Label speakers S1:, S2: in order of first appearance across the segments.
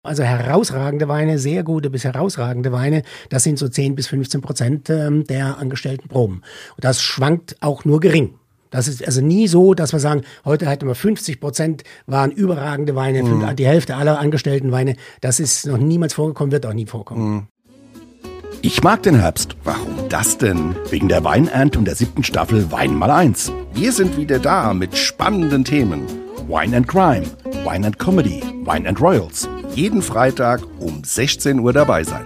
S1: Also herausragende Weine, sehr gute bis herausragende Weine, das sind so 10-15% der angestellten Proben. Und das schwankt auch nur gering. Das ist also nie so, dass wir sagen, heute hatten wir 50% waren überragende Weine, die Hälfte aller angestellten Weine. Das ist noch niemals vorgekommen, wird auch nie vorkommen.
S2: Ich mag den Herbst. Warum das denn? Wegen der Weinernte und der 7. Staffel Wein mal 1. Wir sind wieder da mit spannenden Themen. Wine and Crime, Wine and Comedy, Wine and Royals. Jeden Freitag um 16 Uhr dabei sein.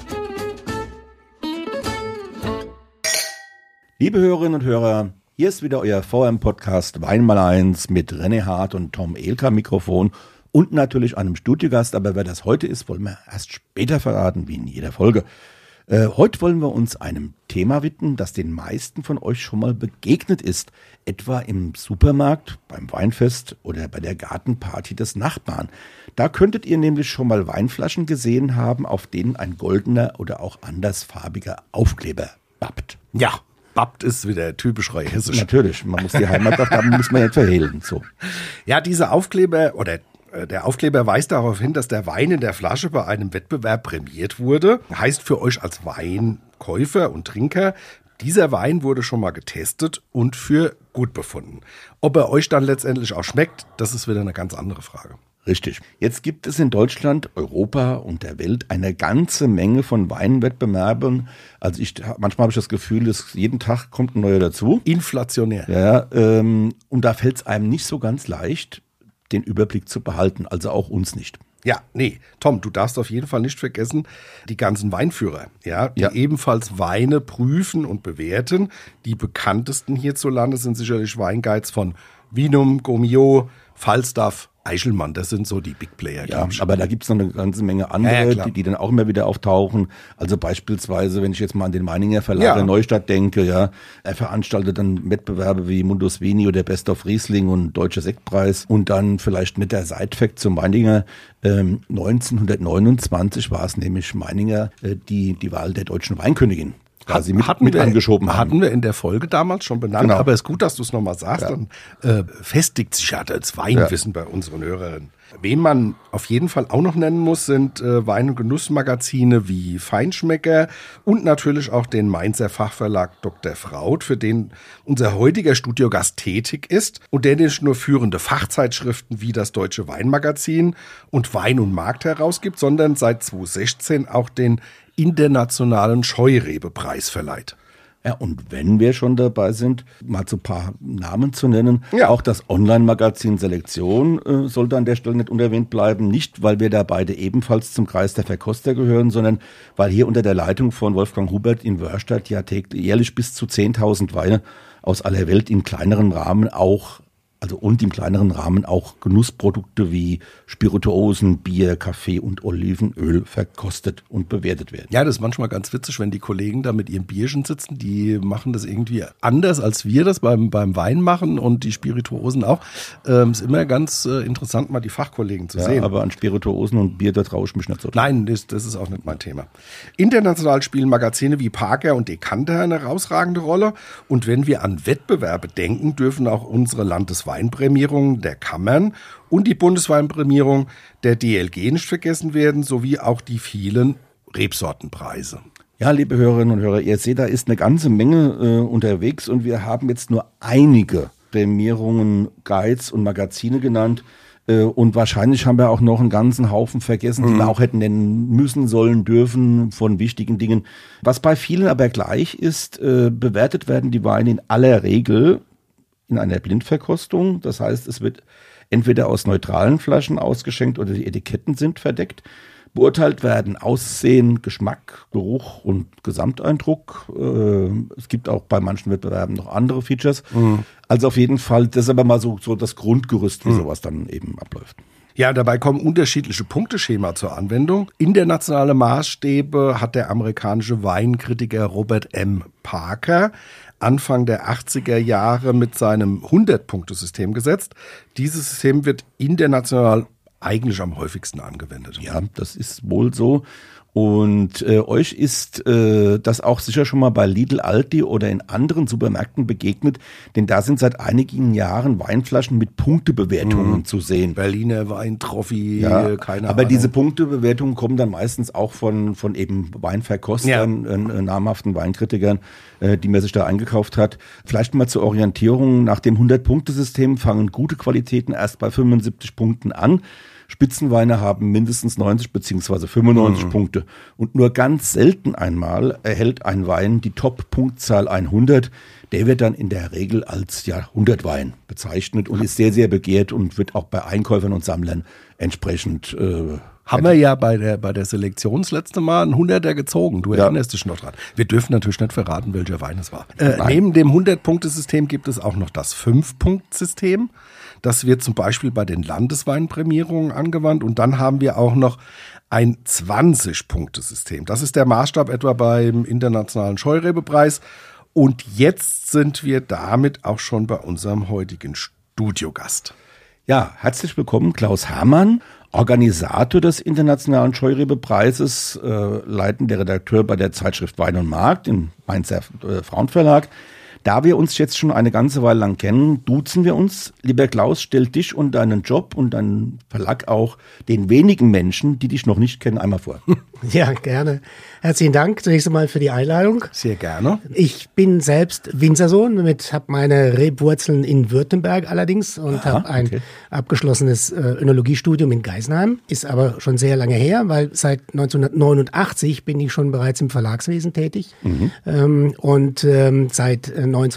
S2: Liebe Hörerinnen und Hörer, hier ist wieder euer VM-Podcast Wein mal 1 mit René Hart und Tom Ehlke am Mikrofon und natürlich einem Studiogast. Aber wer das heute ist, wollen wir erst später verraten, wie in jeder Folge. Heute wollen wir uns einem Thema widmen, das den meisten von euch schon mal begegnet ist. Etwa im Supermarkt, beim Weinfest oder bei der Gartenparty des Nachbarn. Da könntet ihr nämlich schon mal Weinflaschen gesehen haben, auf denen ein goldener oder auch andersfarbiger Aufkleber bappt.
S3: Ja, bappt ist wieder typisch hessisch.
S2: Natürlich, man muss die Heimatsache, da muss man nicht verhehlen. So.
S3: Ja, diese Aufkleber oder der Aufkleber weist darauf hin, dass der Wein in der Flasche bei einem Wettbewerb prämiert wurde. Heißt für euch als Weinkäufer und Trinker, dieser Wein wurde schon mal getestet und für gut befunden. Ob er euch dann letztendlich auch schmeckt, das ist wieder eine ganz andere Frage.
S2: Richtig. Jetzt gibt es in Deutschland, Europa und der Welt eine ganze Menge von Weinwettbewerben. Also manchmal habe ich das Gefühl, dass jeden Tag kommt ein neuer dazu.
S3: Inflationär.
S2: Ja, und da fällt es einem nicht so ganz leicht, den Überblick zu behalten, also auch uns nicht.
S3: Ja, nee, Tom, du darfst auf jeden Fall nicht vergessen, die ganzen Weinführer, die ebenfalls Weine prüfen und bewerten. Die bekanntesten hierzulande sind sicherlich Weinguides von Vinum, Gomio, Falstaff, Eichelmann, das sind so die Big Player.
S2: Ja, aber da gibt es noch eine ganze Menge andere, die dann auch immer wieder auftauchen. Also beispielsweise, wenn ich jetzt mal an den Meininger Verlag in Neustadt denke, er veranstaltet dann Wettbewerbe wie Mundus Vini oder Best of Riesling und Deutscher Sektpreis. Und dann vielleicht mit der Side-Fact zum Meininger. 1929 war es nämlich Meininger die Wahl der deutschen Weinkönigin. Quasi mit angeschoben haben.
S3: Hatten wir in der Folge damals schon benannt,
S2: genau.
S3: Aber es ist gut, dass du es nochmal sagst, dann festigt sich ja das Weinwissen bei unseren Hörerinnen. Wen man auf jeden Fall auch noch nennen muss, sind Wein- und Genussmagazine wie Feinschmecker und natürlich auch den Mainzer Fachverlag Dr. Fraud, für den unser heutiger Studiogast tätig ist und der nicht nur führende Fachzeitschriften wie das Deutsche Weinmagazin und Wein und Markt herausgibt, sondern seit 2016 auch den internationalen Scheurebe-Preis verleiht.
S2: Ja, und wenn wir schon dabei sind, mal so ein paar Namen zu nennen,
S3: Ja.
S2: Auch das Online-Magazin Selektion sollte an der Stelle nicht unerwähnt bleiben. Nicht, weil wir da beide ebenfalls zum Kreis der Verkoster gehören, sondern weil hier unter der Leitung von Wolfgang Hubert in Wörstadt ja jährlich bis zu 10.000 Weine aus aller Welt im kleineren Rahmen auch Genussprodukte wie Spirituosen, Bier, Kaffee und Olivenöl verkostet und bewertet werden.
S3: Ja, das ist manchmal ganz witzig, wenn die Kollegen da mit ihrem Bierchen sitzen, die machen das irgendwie anders, als wir das beim Wein machen und die Spirituosen auch. Ist immer ganz interessant, mal die Fachkollegen zu sehen.
S2: Aber an Spirituosen und Bier, da traue ich mich nicht so drauf.
S3: Nein, das ist auch nicht mein Thema. International spielen Magazine wie Parker und Decanter eine herausragende Rolle. Und wenn wir an Wettbewerbe denken, dürfen auch unsere Landesweinprämierungen der Kammern und die Bundesweinprämierung der DLG nicht vergessen werden, sowie auch die vielen Rebsortenpreise.
S2: Ja, liebe Hörerinnen und Hörer, ihr seht, da ist eine ganze Menge unterwegs und wir haben jetzt nur einige Prämierungen, Guides und Magazine genannt. Und wahrscheinlich haben wir auch noch einen ganzen Haufen vergessen, die wir auch hätten nennen müssen, sollen, dürfen von wichtigen Dingen. Was bei vielen aber gleich ist, bewertet werden die Weine in aller Regel in einer Blindverkostung. Das heißt, es wird entweder aus neutralen Flaschen ausgeschenkt oder die Etiketten sind verdeckt. Beurteilt werden Aussehen, Geschmack, Geruch und Gesamteindruck. Es gibt auch bei manchen Wettbewerben noch andere Features. Also auf jeden Fall, das ist aber mal so das Grundgerüst, wie sowas dann eben abläuft.
S3: Ja, dabei kommen unterschiedliche Punkteschema zur Anwendung. Internationale Maßstäbe hat der amerikanische Weinkritiker Robert M. Parker Anfang der 80er Jahre mit seinem 100-Punkte-System gesetzt. Dieses System wird international eigentlich am häufigsten angewendet.
S2: Ja, das ist wohl so. Und euch ist das auch sicher schon mal bei Lidl, Aldi oder in anderen Supermärkten begegnet, denn da sind seit einigen Jahren Weinflaschen mit Punktebewertungen zu sehen.
S3: Berliner Weintrophy,
S2: Ja,
S3: keine
S2: aber
S3: Ahnung.
S2: diese Punktebewertungen kommen dann meistens auch von eben Weinverkostern, namhaften Weinkritikern, die man sich da eingekauft hat. Vielleicht mal zur Orientierung, nach dem 100-Punkte-System fangen gute Qualitäten erst bei 75 Punkten an. Spitzenweine haben mindestens 90 bzw. 95 Punkte. Und nur ganz selten einmal erhält ein Wein die Top-Punktzahl 100. Der wird dann in der Regel als Jahrhundertwein bezeichnet und ist sehr, sehr begehrt und wird auch bei Einkäufern und Sammlern entsprechend
S3: Haben wir ja bei der Selektion das letzte Mal einen 100er gezogen. Du erinnerst dich noch dran. Wir dürfen natürlich nicht verraten, welcher Wein es war. Neben dem 100-Punkte-System gibt es auch noch das 5-Punkt-System. Das wird zum Beispiel bei den Landesweinprämierungen angewandt. Und dann haben wir auch noch ein 20-Punkte-System. Das ist der Maßstab etwa beim Internationalen Scheurebe-Preis. Und jetzt sind wir damit auch schon bei unserem heutigen Studiogast.
S2: Ja, herzlich willkommen, Klaus Hermann, Organisator des Internationalen Scheurebe-Preises, leitender Redakteur bei der Zeitschrift Wein und Markt im Mainzer Frauenverlag. Da wir uns jetzt schon eine ganze Weile lang kennen, duzen wir uns. Lieber Klaus, stell dich und deinen Job und deinen Verlag auch den wenigen Menschen, die dich noch nicht kennen, einmal vor.
S1: Ja, gerne. Herzlichen Dank zunächst einmal für die Einladung.
S3: Sehr gerne.
S1: Ich bin selbst Winzersohn, habe meine Rebwurzeln in Württemberg allerdings und habe ein abgeschlossenes Önologiestudium in Geisenheim. Ist aber schon sehr lange her, weil seit 1989 bin ich schon bereits im Verlagswesen tätig. Und seit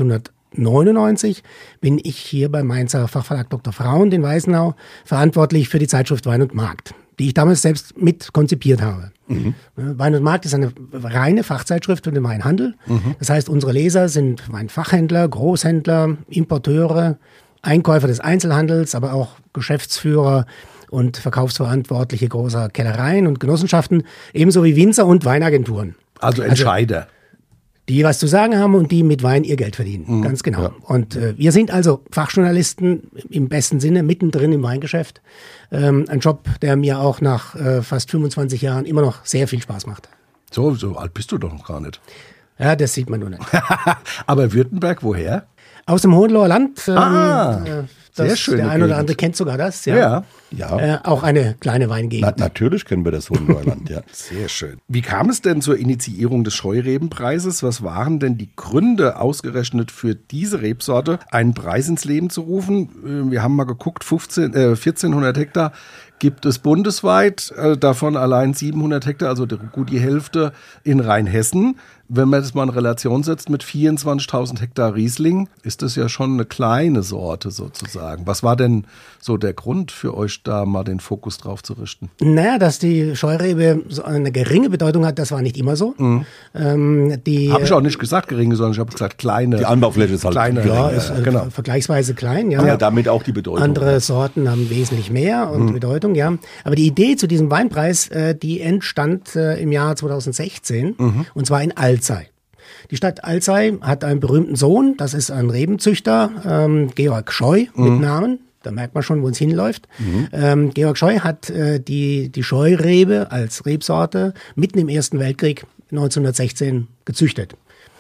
S1: 1999 bin ich hier beim Mainzer Fachverlag Dr. Frauen, den Weißenau, verantwortlich für die Zeitschrift Wein und Markt, die ich damals selbst mit konzipiert habe. Wein und Markt ist eine reine Fachzeitschrift für den Weinhandel. Das heißt, unsere Leser sind Weinfachhändler, Großhändler, Importeure, Einkäufer des Einzelhandels, aber auch Geschäftsführer und Verkaufsverantwortliche großer Kellereien und Genossenschaften, ebenso wie Winzer und Weinagenturen.
S3: Also Entscheider.
S1: Die was zu sagen haben und die mit Wein ihr Geld verdienen. Ganz genau. Ja. Und wir sind also Fachjournalisten im besten Sinne, mittendrin im Weingeschäft. Ein Job, der mir auch nach fast 25 Jahren immer noch sehr viel Spaß macht.
S3: So alt bist du doch noch gar nicht.
S1: Ja, das sieht man nur nicht.
S3: Aber Württemberg, woher?
S1: Aus dem Hohenloher Land.
S3: Sehr schön.
S1: Der eine oder andere kennt sogar das. Ja. Auch eine kleine Weingegend.
S2: Natürlich kennen wir das Hohenloher Land, ja.
S3: Sehr schön. Wie kam es denn zur Initiierung des Scheureben-Preises? Was waren denn die Gründe ausgerechnet für diese Rebsorte, einen Preis ins Leben zu rufen? Wir haben mal geguckt, 1400 Hektar gibt es bundesweit, davon allein 700 Hektar, also gut die Hälfte in Rheinhessen. Wenn man das mal in Relation setzt mit 24.000 Hektar Riesling, ist das ja schon eine kleine Sorte sozusagen. Was war denn so der Grund für euch, da mal den Fokus drauf zu richten?
S1: Naja, dass die Scheurebe so eine geringe Bedeutung hat, das war nicht immer so.
S3: Habe ich auch nicht gesagt geringe, sondern ich habe gesagt kleine.
S2: Die Anbaufläche ist halt
S1: kleine. Ja, ist genau. Vergleichsweise klein. Ja.
S2: Aber damit auch die Bedeutung.
S1: Andere Sorten haben wesentlich mehr und Bedeutung, ja. Aber die Idee zu diesem Weinpreis, die entstand im Jahr 2016 und zwar in Alzey. Die Stadt Alzey hat einen berühmten Sohn, das ist ein Rebenzüchter, Georg Scheu mit Namen. Da merkt man schon, wo es hinläuft. Georg Scheu hat die Scheurebe als Rebsorte mitten im Ersten Weltkrieg 1916 gezüchtet.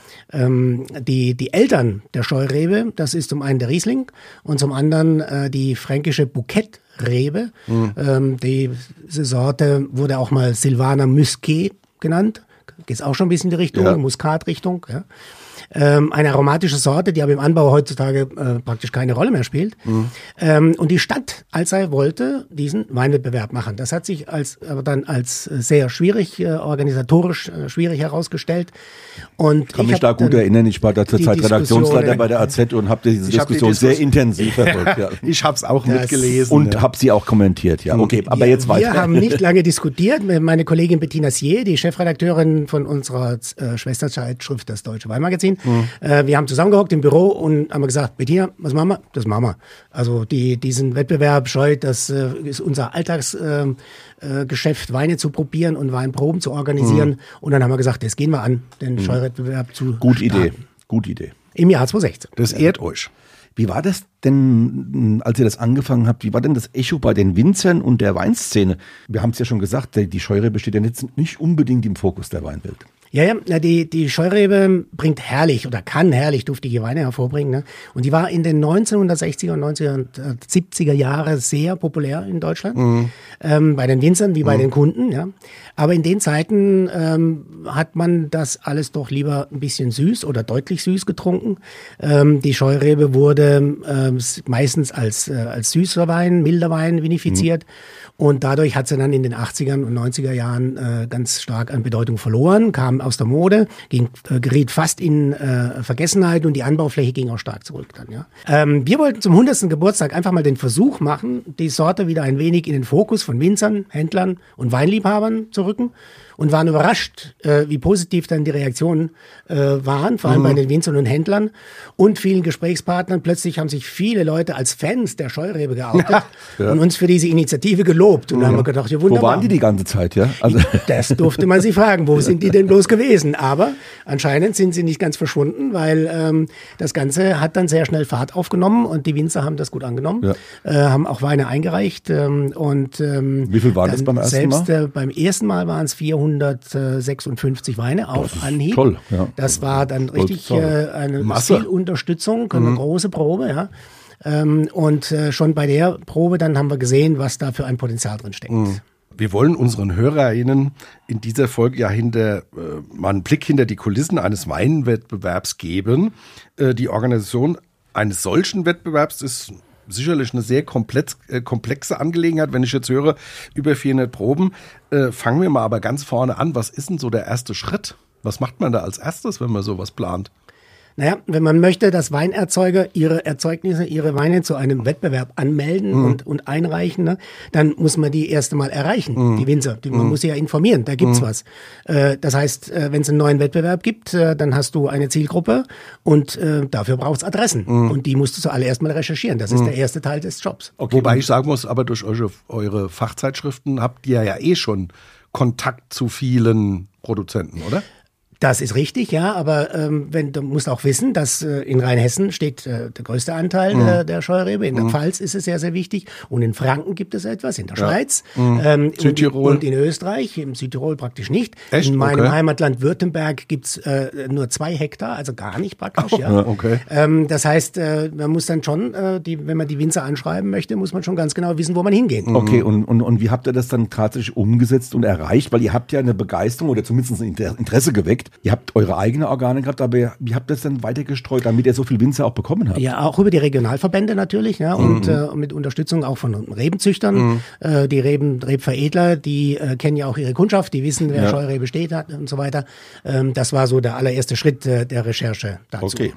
S1: Die Eltern der Scheurebe, das ist zum einen der Riesling und zum anderen die fränkische Bouquet-Rebe. Diese Sorte wurde auch mal Silvaner Musquet genannt. Geht auch schon ein bisschen in die Richtung, Muskatrichtung. Ja. Eine aromatische Sorte, die aber im Anbau heutzutage praktisch keine Rolle mehr spielt. Und die Stadt Alzey wollte diesen Weinwettbewerb machen. Das hat sich aber dann als sehr schwierig, organisatorisch schwierig herausgestellt. Und
S2: ich kann mich da gut erinnern, ich war da zur Zeit Redaktionsleiter bei der AZ und habe diese Diskussion sehr intensiv verfolgt. Ja.
S3: Ich habe es auch mitgelesen.
S2: Und habe sie auch kommentiert, ja. Okay, aber jetzt weiter.
S1: Wir haben nicht lange diskutiert. Meine Kollegin Bettina Sier, die Chefredakteurin von unserer Schwesterzeitschrift, das Deutsche Weinmagazin, wir haben zusammengehockt im Büro und haben gesagt, Bettina, was machen wir? Das machen wir. Also diesen Wettbewerb scheut, das ist unser Alltagsgeschäft, Weine zu probieren und Weinproben zu organisieren. Und dann haben wir gesagt, das gehen wir an, den Scheurwettbewerb zu
S2: Gute
S1: starten.
S2: Idee. Gute Idee.
S1: Im Jahr 2016.
S3: Das ehrt euch.
S2: Wie war das denn, als ihr das angefangen habt, wie war denn das Echo bei den Winzern und der Weinszene? Wir haben es ja schon gesagt, die Scheurebe steht ja jetzt nicht unbedingt im Fokus der Weinwelt.
S1: Ja, die Scheurebe bringt herrlich oder kann herrlich duftige Weine hervorbringen. Ne? Und die war in den 1960er und 1970er Jahre sehr populär in Deutschland. Bei den Winzern wie bei den Kunden. Ja. Aber in den Zeiten hat man das alles doch lieber ein bisschen süß oder deutlich süß getrunken. Die Scheurebe wurde meistens als süßer Wein, milder Wein vinifiziert. Und dadurch hat sie dann in den 80er und 90er Jahren ganz stark an Bedeutung verloren, kam aus der Mode, geriet fast in Vergessenheit und die Anbaufläche ging auch stark zurück dann. Ja. Wir wollten zum 100. Geburtstag einfach mal den Versuch machen, die Sorte wieder ein wenig in den Fokus von Winzern, Händlern und Weinliebhabern zu rücken. Und waren überrascht, wie positiv dann die Reaktionen waren, vor allem bei den Winzern und Händlern und vielen Gesprächspartnern. Plötzlich haben sich viele Leute als Fans der Scheurebe geoutet und uns für diese Initiative gelobt. Und da haben wir gedacht, ja wunderbar.
S2: Wo waren die ganze Zeit, ja?
S1: Also das durfte man sich fragen, wo sind die denn bloß gewesen? Aber anscheinend sind sie nicht ganz verschwunden, weil das Ganze hat dann sehr schnell Fahrt aufgenommen und die Winzer haben das gut angenommen, haben auch Weine eingereicht.
S2: Wie viel waren das beim ersten Mal?
S1: Selbst beim ersten Mal waren es 456 Weine auf Anhieb.
S2: Toll, ja.
S1: Das war dann richtig eine Stilunterstützung, eine große Probe, ja. Und schon bei der Probe dann haben wir gesehen, was da für ein Potenzial drin steckt.
S3: Wir wollen unseren HörerInnen in dieser Folge ja mal einen Blick hinter die Kulissen eines Weinwettbewerbs geben. Die Organisation eines solchen Wettbewerbs ist sicherlich eine sehr komplexe Angelegenheit. Wenn ich jetzt höre, über 400 Proben, fangen wir mal aber ganz vorne an. Was ist denn so der erste Schritt? Was macht man da als erstes, wenn man sowas plant?
S1: Naja, wenn man möchte, dass Weinerzeuger ihre Erzeugnisse, ihre Weine zu einem Wettbewerb anmelden und einreichen, ne, dann muss man die erst einmal erreichen, die Winzer. Man muss sie ja informieren, da gibt's was. Das heißt, wenn es einen neuen Wettbewerb gibt, dann hast du eine Zielgruppe und dafür braucht's Adressen. Und die musst du zuallererst mal recherchieren. Das ist der erste Teil des Jobs.
S3: Okay. Wobei ich sagen muss, aber durch eure Fachzeitschriften habt ihr ja eh schon Kontakt zu vielen Produzenten, oder?
S1: Das ist richtig, ja, aber du musst auch wissen, dass in Rheinhessen steht der größte Anteil der Scheurebe. In der Pfalz ist es sehr, sehr wichtig. Und in Franken gibt es etwas, in der Schweiz,
S3: Südtirol
S1: und in Österreich, im Südtirol praktisch nicht.
S3: Echt?
S1: In meinem Heimatland Württemberg gibt's nur 2 Hektar, also gar nicht praktisch.
S3: Okay.
S1: Das heißt, man muss dann schon, wenn man die Winzer anschreiben möchte, muss man schon ganz genau wissen, wo man hingeht.
S2: Okay, und wie habt ihr das dann tatsächlich umgesetzt und erreicht? Weil ihr habt ja eine Begeisterung oder zumindest ein Interesse geweckt. Ihr habt eure eigene Organe gehabt, aber wie habt ihr das dann weitergestreut, damit ihr so viel Winzer auch bekommen habt?
S1: Ja, auch über die Regionalverbände natürlich, ja, und mit Unterstützung auch von Rebenzüchtern. Die Rebveredler, die kennen ja auch ihre Kundschaft, die wissen, wer Scheurebe steht hat und so weiter. Das war so der allererste Schritt der Recherche dazu.
S2: Okay.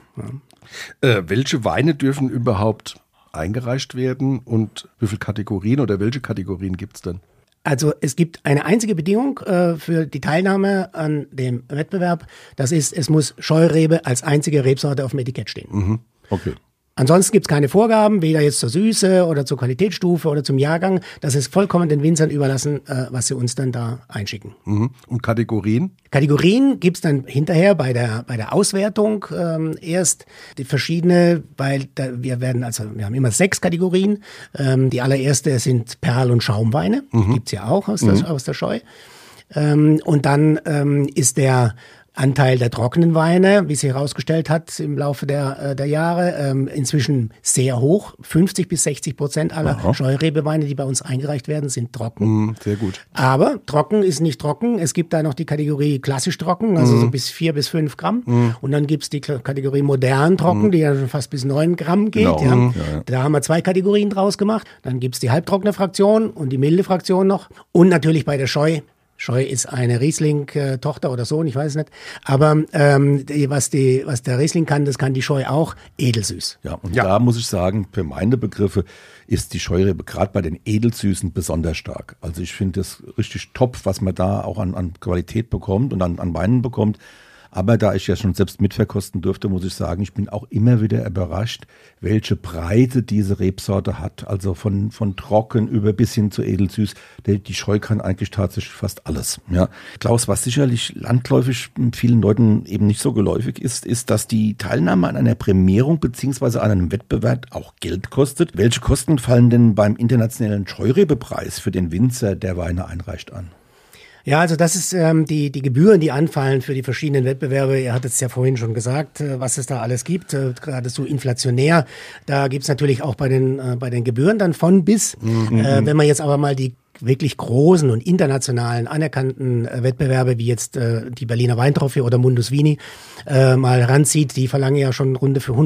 S3: Welche Weine dürfen überhaupt eingereicht werden und wie viele Kategorien oder welche Kategorien gibt's denn?
S1: Also es gibt eine einzige Bedingung für die Teilnahme an dem Wettbewerb. Das ist, es muss Scheurebe als einzige Rebsorte auf dem Etikett stehen.
S2: Okay.
S1: Ansonsten gibt's keine Vorgaben, weder jetzt zur Süße oder zur Qualitätsstufe oder zum Jahrgang. Das ist vollkommen den Winzern überlassen, was sie uns dann da einschicken.
S3: Und Kategorien?
S1: Kategorien gibt's dann hinterher bei der Auswertung erst die verschiedene, weil wir haben immer 6 Kategorien. Die allererste sind Perl- und Schaumweine, gibt's ja auch aus der Scheu. Und dann ist der Anteil der trockenen Weine, wie sich herausgestellt hat im Laufe der Jahre, inzwischen sehr hoch. 50-60% aller Scheurebeweine, die bei uns eingereicht werden, sind trocken.
S3: Sehr gut.
S1: Aber trocken ist nicht trocken. Es gibt da noch die Kategorie klassisch trocken, also so bis 4 bis 5 Gramm. Und dann gibt's die Kategorie modern trocken, die ja schon fast bis 9 Gramm geht.
S2: Genau.
S1: Ja. Da haben wir 2 Kategorien draus gemacht. Dann gibt's die halbtrockene Fraktion und die milde Fraktion noch. Und natürlich bei der Scheu. Scheu ist eine Riesling-Tochter oder Sohn, ich weiß es nicht. Aber was der Riesling kann, das kann die Scheu auch, edelsüß.
S2: Ja, und da muss ich sagen, für meine Begriffe ist die Scheurebe gerade bei den Edelsüßen besonders stark. Also ich finde das richtig top, was man da auch an Qualität bekommt und an Weinen bekommt. Aber da ich ja schon selbst mitverkosten durfte, muss ich sagen, ich bin auch immer wieder überrascht, welche Breite diese Rebsorte hat. Also von trocken über bis hin zu edelsüß. Die Scheu kann eigentlich tatsächlich fast alles. Ja. Klaus, was sicherlich landläufig vielen Leuten eben nicht so geläufig ist, dass die Teilnahme an einer Prämierung beziehungsweise an einem Wettbewerb auch Geld kostet. Welche Kosten fallen denn beim internationalen Scheurebe-Preis für den Winzer, der Weine einreicht, an?
S1: Ja, also das ist die Gebühren, die anfallen für die verschiedenen Wettbewerbe. Ihr hattet es ja vorhin schon gesagt, was es da alles gibt, gerade so inflationär. Da gibt's natürlich auch bei den Gebühren dann von bis. Wenn man jetzt aber mal die wirklich großen und internationalen anerkannten Wettbewerbe wie jetzt die Berliner Weintrophäe oder Mundus Vini mal ranzieht, die verlangen ja schon Runde für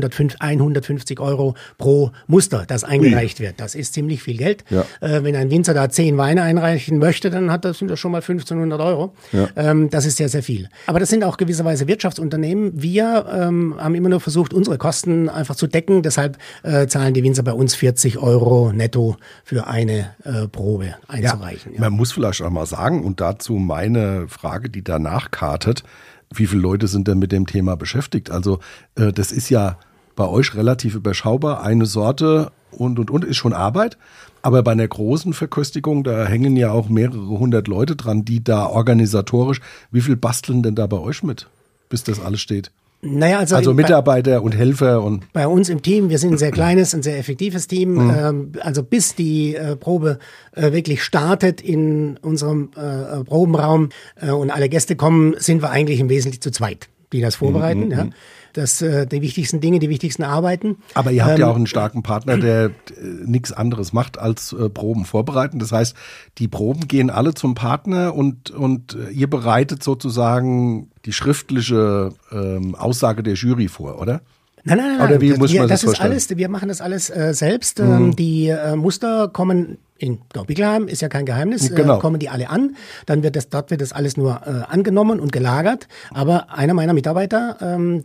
S1: 150 € pro Muster, das eingereicht wird. Das ist ziemlich viel Geld. Ja. Wenn ein Winzer da 10 Weine einreichen möchte, dann sind das schon mal 1.500 €. Ja. Das ist sehr, sehr viel. Aber das sind auch gewisserweise Wirtschaftsunternehmen. Wir haben immer nur versucht, unsere Kosten einfach zu decken. Deshalb zahlen die Winzer bei uns 40 € netto für eine Probe einzureichen.
S3: Ja. Man muss vielleicht auch mal sagen, und dazu meine Frage, die danach kartet, wie viele Leute sind denn mit dem Thema beschäftigt? Also das ist ja bei euch relativ überschaubar, eine Sorte und ist schon Arbeit. Aber bei einer großen Verköstigung, da hängen ja auch mehrere hundert Leute dran, die da organisatorisch, wie viel basteln denn da bei euch mit, bis das alles steht?
S1: Naja,
S3: also Mitarbeiter und Helfer und
S1: bei uns im Team, wir sind ein sehr kleines, ein sehr effektives Team. Also bis die Probe wirklich startet in unserem Probenraum und alle Gäste kommen, sind wir eigentlich im Wesentlichen zu zweit, die das vorbereiten. Ja. Das die wichtigsten Dinge, die wichtigsten Arbeiten.
S3: Aber ihr habt ja auch einen starken Partner, der nichts anderes macht als Proben vorbereiten. Das heißt, die Proben gehen alle zum Partner und ihr bereitet sozusagen die schriftliche Aussage der Jury vor, oder?
S1: Nein.
S3: Oder wie muss man das vorstellen?
S1: Ist alles, wir machen das alles selbst. Die Muster kommen in Gaubickelheim, ist ja kein Geheimnis,
S3: genau.
S1: Kommen die alle an. Dann dort wird das alles nur angenommen und gelagert. Aber einer meiner Mitarbeiter,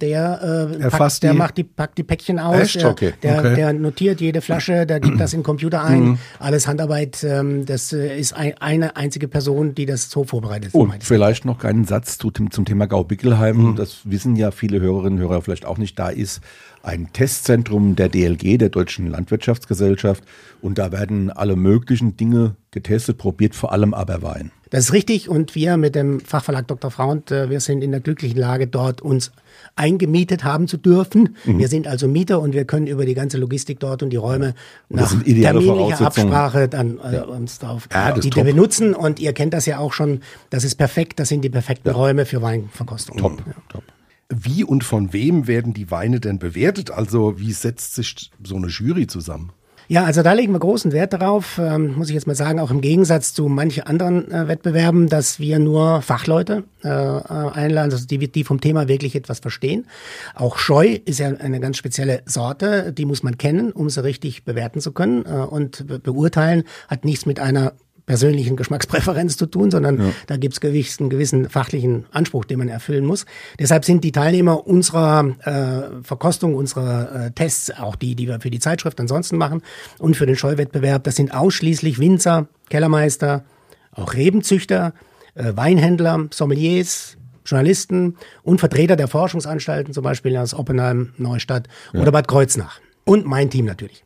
S1: packt die Päckchen aus.
S3: Echt? Okay.
S1: Der notiert jede Flasche, der gibt das in den Computer ein. Alles Handarbeit. Das ist eine einzige Person, die das so vorbereitet.
S2: Und vielleicht noch einen Satz zum Thema Gaubickelheim. Das wissen ja viele Hörerinnen und Hörer vielleicht auch nicht. Da ist ein Testzentrum der DLG, der Deutschen Landwirtschaftsgesellschaft. Und da werden alle möglichen Dinge getestet, probiert, vor allem aber Wein.
S1: Das ist richtig. Und wir mit dem Fachverlag Dr. Frauend, wir sind in der glücklichen Lage, dort uns eingemietet haben zu dürfen. Wir sind also Mieter und wir können über die ganze Logistik dort und die Räume nach terminlicher Absprache dann uns darauf die wir benutzen. Und ihr kennt das ja auch schon. Das ist perfekt. Das sind die perfekten Räume für Weinverkostung.
S3: Top. Wie und von wem werden die Weine denn bewertet? Also wie setzt sich so eine Jury zusammen?
S1: Ja, also da legen wir großen Wert darauf, muss ich jetzt mal sagen, auch im Gegensatz zu manchen anderen Wettbewerben, dass wir nur Fachleute einladen, also die vom Thema wirklich etwas verstehen. Auch Scheu ist ja eine ganz spezielle Sorte, die muss man kennen, um sie richtig bewerten zu können. Und beurteilen hat nichts mit einer persönlichen Geschmackspräferenz zu tun, sondern da gibt es einen gewissen fachlichen Anspruch, den man erfüllen muss. Deshalb sind die Teilnehmer unserer Verkostung, unserer Tests, auch die wir für die Zeitschrift ansonsten machen und für den Scheu-Wettbewerb, das sind ausschließlich Winzer, Kellermeister, auch Rebenzüchter, Weinhändler, Sommeliers, Journalisten und Vertreter der Forschungsanstalten, zum Beispiel aus Oppenheim, Neustadt oder Bad Kreuznach. Und mein Team natürlich.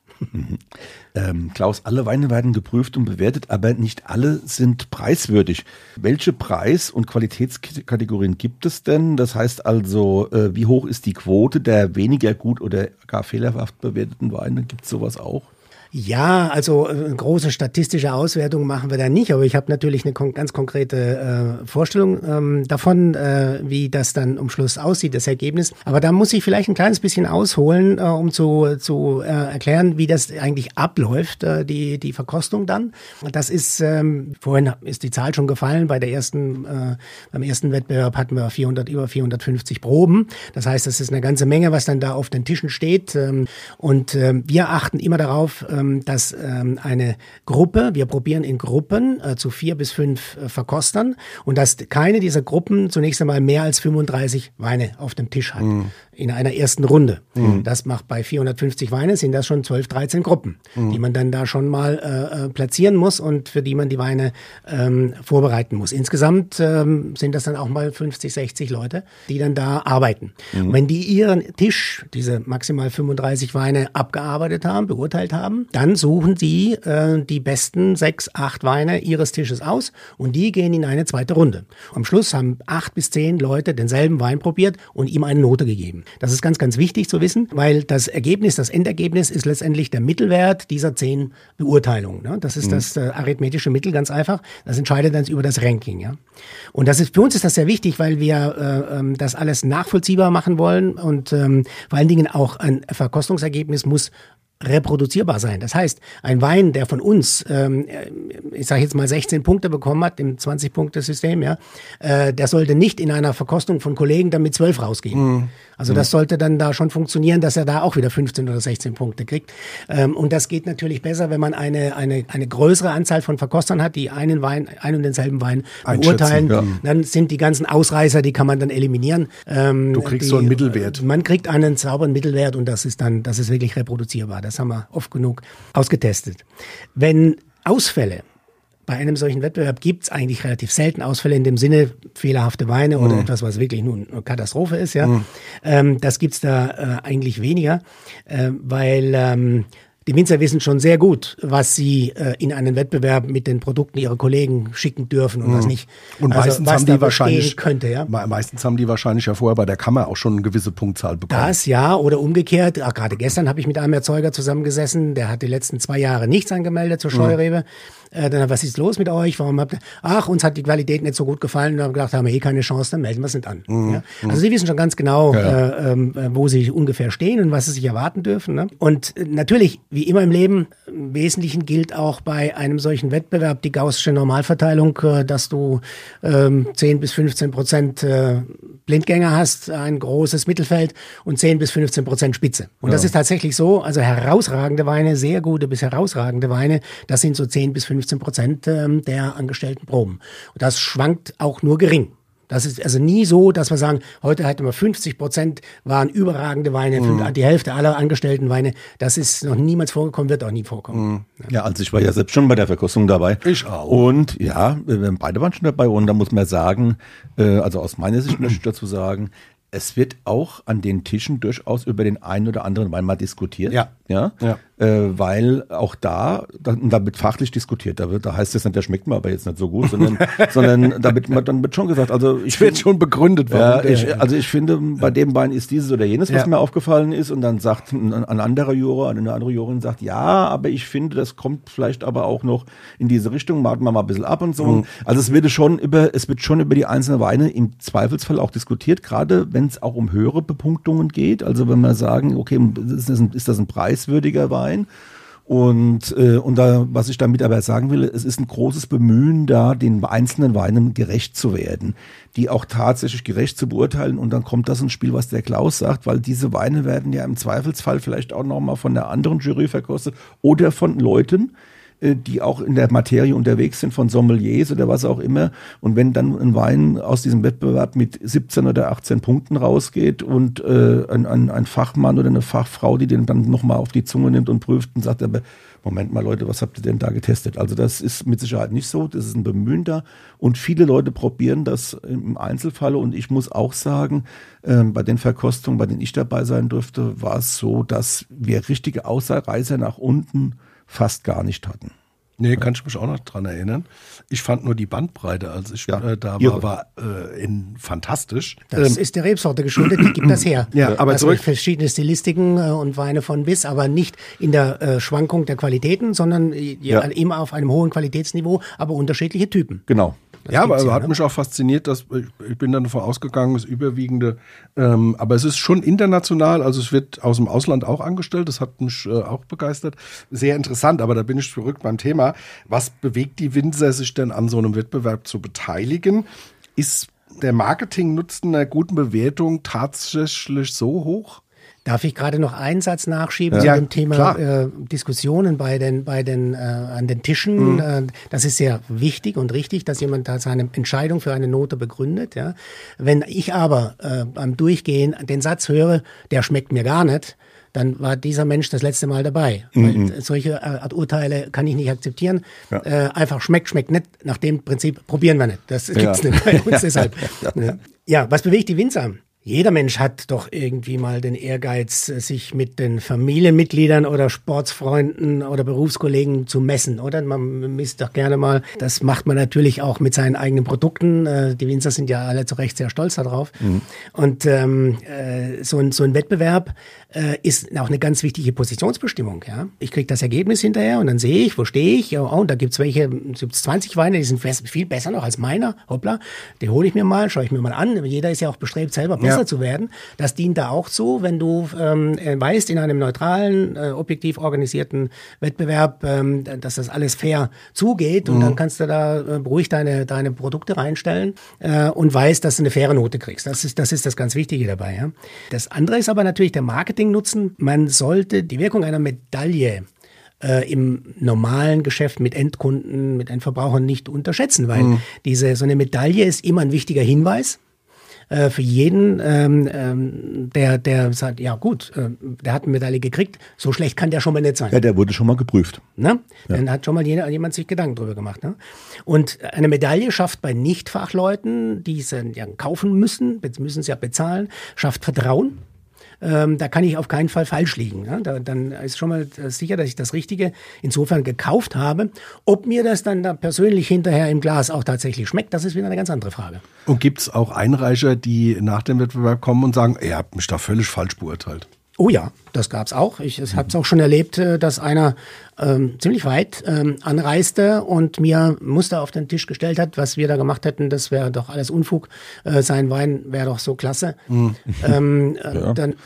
S2: Klaus, alle Weine werden geprüft und bewertet, aber nicht alle sind preiswürdig. Welche Preis- und Qualitätskategorien gibt es denn? Das heißt also, wie hoch ist die Quote der weniger gut oder gar fehlerhaft bewerteten Weine? Gibt es sowas auch?
S1: Ja, also große statistische Auswertungen machen wir da nicht, aber ich habe natürlich eine ganz konkrete Vorstellung davon, wie das dann am Schluss aussieht, das Ergebnis. Aber da muss ich vielleicht ein kleines bisschen ausholen, um zu erklären, wie das eigentlich abläuft, die Verkostung dann. Das ist, vorhin ist die Zahl schon gefallen, beim ersten Wettbewerb hatten wir über 450 Proben. Das heißt, das ist eine ganze Menge, was dann da auf den Tischen steht. Und wir achten immer darauf, dass eine Gruppe, wir probieren in Gruppen zu 4 bis 5 Verkostern und dass keine dieser Gruppen zunächst einmal mehr als 35 Weine auf dem Tisch hat. In einer ersten Runde. Das macht bei 450 Weine sind das schon 12, 13 Gruppen, die man dann da schon mal platzieren muss und für die man die Weine vorbereiten muss. Insgesamt sind das dann auch mal 50, 60 Leute, die dann da arbeiten. Und wenn die ihren Tisch, diese maximal 35 Weine abgearbeitet haben, beurteilt haben, dann suchen sie die besten 6, 8 Weine ihres Tisches aus und die gehen in eine zweite Runde. Am Schluss haben 8 bis 10 Leute denselben Wein probiert und ihm eine Note gegeben. Das ist ganz, ganz wichtig zu wissen, weil das Ergebnis, das Endergebnis ist letztendlich der Mittelwert dieser 10 Beurteilungen. Ne? Das ist das arithmetische Mittel, ganz einfach. Das entscheidet dann über das Ranking. Ja? Und das ist, für uns ist das sehr wichtig, weil wir das alles nachvollziehbar machen wollen und vor allen Dingen auch ein Verkostungsergebnis muss reproduzierbar sein. Das heißt, ein Wein, der von uns, ich sage jetzt mal 16 Punkte bekommen hat im 20-Punkte-System, ja, der sollte nicht in einer Verkostung von Kollegen dann mit 12 rausgehen. Also das sollte dann da schon funktionieren, dass er da auch wieder 15 oder 16 Punkte kriegt. Und das geht natürlich besser, wenn man eine größere Anzahl von Verkostern hat, die einen und denselben Wein beurteilen. Ja. Dann sind die ganzen Ausreißer, die kann man dann eliminieren.
S3: Du kriegst so einen Mittelwert.
S1: Man kriegt einen sauberen Mittelwert und das ist wirklich reproduzierbar. Das haben wir oft genug ausgetestet. Wenn Ausfälle bei einem solchen Wettbewerb gibt es eigentlich relativ selten Ausfälle in dem Sinne fehlerhafte Weine oder etwas, was wirklich nur eine Katastrophe ist. Ja, das gibt's da eigentlich weniger, weil die Winzer wissen schon sehr gut, was sie in einen Wettbewerb mit den Produkten ihrer Kollegen schicken dürfen und was nicht.
S3: Und meistens haben die wahrscheinlich
S1: könnte, ja.
S3: Meistens haben die wahrscheinlich ja vorher bei der Kammer auch schon eine gewisse Punktzahl bekommen.
S1: Das ja, oder umgekehrt. Gerade gestern habe ich mit einem Erzeuger zusammengesessen, der hat die letzten 2 Jahre nichts angemeldet zur Scheurebe. Dann, was ist los mit euch? Warum uns hat die Qualität nicht so gut gefallen. Und haben gedacht, haben wir keine Chance, dann melden wir es nicht an. Ja? Also sie wissen schon ganz genau, wo sie ungefähr stehen und was sie sich erwarten dürfen. Ne? Und natürlich, wie immer im Leben, im Wesentlichen gilt auch bei einem solchen Wettbewerb die gaußsche Normalverteilung, dass du 10 bis 15% Blindgänger hast, ein großes Mittelfeld und 10 bis 15% Spitze. Und das ist tatsächlich so, also herausragende Weine, sehr gute bis herausragende Weine, das sind so 10 bis 15% der angestellten Proben. Und das schwankt auch nur gering. Das ist also nie so, dass wir sagen, heute hatten wir 50% waren überragende Weine, die Hälfte aller angestellten Weine. Das ist noch niemals vorgekommen, wird auch nie vorkommen.
S2: Ja, also ich war ja selbst schon bei der Verkostung dabei.
S3: Ich auch.
S2: Und ja, beide waren schon dabei und da muss man sagen, also aus meiner Sicht möchte ich dazu sagen, es wird auch an den Tischen durchaus über den einen oder anderen Wein mal diskutiert. Ja. Weil auch da wird fachlich diskutiert. Da heißt es nicht, der schmeckt mir aber jetzt nicht so gut, sondern dann wird schon gesagt, also
S3: ich wird schon begründet,
S2: warum. Ich finde, bei dem Wein ist dieses oder jenes, was mir aufgefallen ist, und dann sagt ein anderer Juror, eine andere Jurorin sagt, ja, aber ich finde, das kommt vielleicht aber auch noch in diese Richtung, warten wir mal ein bisschen ab und so. Also es wird schon über die einzelnen Weine im Zweifelsfall auch diskutiert, gerade wenn es auch um höhere Bepunktungen geht. Also wenn wir sagen, okay, ist das ein preiswürdiger Wein? Und was ich damit aber sagen will, es ist ein großes Bemühen da, den einzelnen Weinen gerecht zu werden, die auch tatsächlich gerecht zu beurteilen. Und dann kommt das ins Spiel, was der Klaus sagt, weil diese Weine werden ja im Zweifelsfall vielleicht auch nochmal von der anderen Jury verkostet oder von Leuten, die auch in der Materie unterwegs sind, von Sommeliers oder was auch immer. Und wenn dann ein Wein aus diesem Wettbewerb mit 17 oder 18 Punkten rausgeht und ein Fachmann oder eine Fachfrau, die den dann nochmal auf die Zunge nimmt und prüft und sagt, aber Moment mal Leute, was habt ihr denn da getestet? Also das ist mit Sicherheit nicht so, das ist ein Bemühen da und viele Leute probieren das im Einzelfall und ich muss auch sagen, bei den Verkostungen, bei denen ich dabei sein durfte, war es so, dass wir richtige Ausreißer nach unten fast gar nicht hatten.
S3: Nee, kann ich mich auch noch dran erinnern. Ich fand nur die Bandbreite, als ich da war fantastisch.
S1: Das ist der Rebsorte geschuldet, die gibt das her.
S3: Ja, aber
S1: zurück verschiedene Stilistiken und Weine von bis, aber nicht in der Schwankung der Qualitäten, sondern immer auf einem hohen Qualitätsniveau, aber unterschiedliche Typen.
S2: Genau.
S3: Ja, aber hat mich auch fasziniert, dass ich bin dann davon ausgegangen, das Überwiegende, aber es ist schon international, also es wird aus dem Ausland auch angestellt, das hat mich auch begeistert. Sehr interessant, aber da bin ich zurück beim Thema. Was bewegt die Winzer, sich denn an so einem Wettbewerb zu beteiligen? Ist der Marketing-Nutzen einer guten Bewertung tatsächlich so hoch?
S1: Darf ich gerade noch einen Satz nachschieben zu dem Thema Diskussionen an den Tischen? Das ist sehr wichtig und richtig, dass jemand da seine Entscheidung für eine Note begründet. Ja. Wenn ich aber beim Durchgehen den Satz höre, der schmeckt mir gar nicht, dann war dieser Mensch das letzte Mal dabei. Weil solche Art Urteile kann ich nicht akzeptieren. Ja. Einfach schmeckt nicht. Nach dem Prinzip probieren wir nicht. Das gibt's nicht bei uns deshalb. Ja, was bewegt die Winzer? Jeder Mensch hat doch irgendwie mal den Ehrgeiz, sich mit den Familienmitgliedern oder Sportsfreunden oder Berufskollegen zu messen, oder? Man misst doch gerne mal. Das macht man natürlich auch mit seinen eigenen Produkten. Die Winzer sind ja alle zu Recht sehr stolz darauf. Und so ein Wettbewerb ist auch eine ganz wichtige Positionsbestimmung. Ja? Ich kriege das Ergebnis hinterher und dann sehe ich, wo stehe ich. Und da gibt's 20 Weine, die sind viel besser noch als meiner. Hoppla, die hole ich mir mal, schaue ich mir mal an. Jeder ist ja auch bestrebt, selber besser zu werden. Das dient da auch zu, wenn du weißt, in einem neutralen, objektiv organisierten Wettbewerb, dass das alles fair zugeht und dann kannst du da beruhigt deine Produkte reinstellen und weißt, dass du eine faire Note kriegst. Das ist das ganz Wichtige dabei. Ja. Das andere ist aber natürlich der Marketing-Nutzen. Man sollte die Wirkung einer Medaille im normalen Geschäft mit Endkunden, mit Endverbrauchern nicht unterschätzen, weil so eine Medaille ist immer ein wichtiger Hinweis für jeden, der sagt, ja gut, der hat eine Medaille gekriegt, so schlecht kann der schon mal nicht sein.
S2: Ja, der wurde schon mal geprüft.
S1: Ne? Ja. Dann hat schon mal jemand sich Gedanken drüber gemacht. Ne? Und eine Medaille schafft bei Nichtfachleuten, die es ja kaufen müssen sie ja bezahlen, schafft Vertrauen. Da kann ich auf keinen Fall falsch liegen. Ja? Dann ist schon mal sicher, dass ich das Richtige insofern gekauft habe. Ob mir das dann da persönlich hinterher im Glas auch tatsächlich schmeckt, das ist wieder eine ganz andere Frage.
S3: Und gibt es auch Einreicher, die nach dem Wettbewerb kommen und sagen, ihr habt mich da völlig falsch beurteilt?
S1: Oh ja, das gab's auch. Ich habe es auch schon erlebt, dass einer ziemlich weit anreiste und mir Muster auf den Tisch gestellt hat, was wir da gemacht hätten, das wäre doch alles Unfug. Sein Wein wäre doch so klasse. Dann,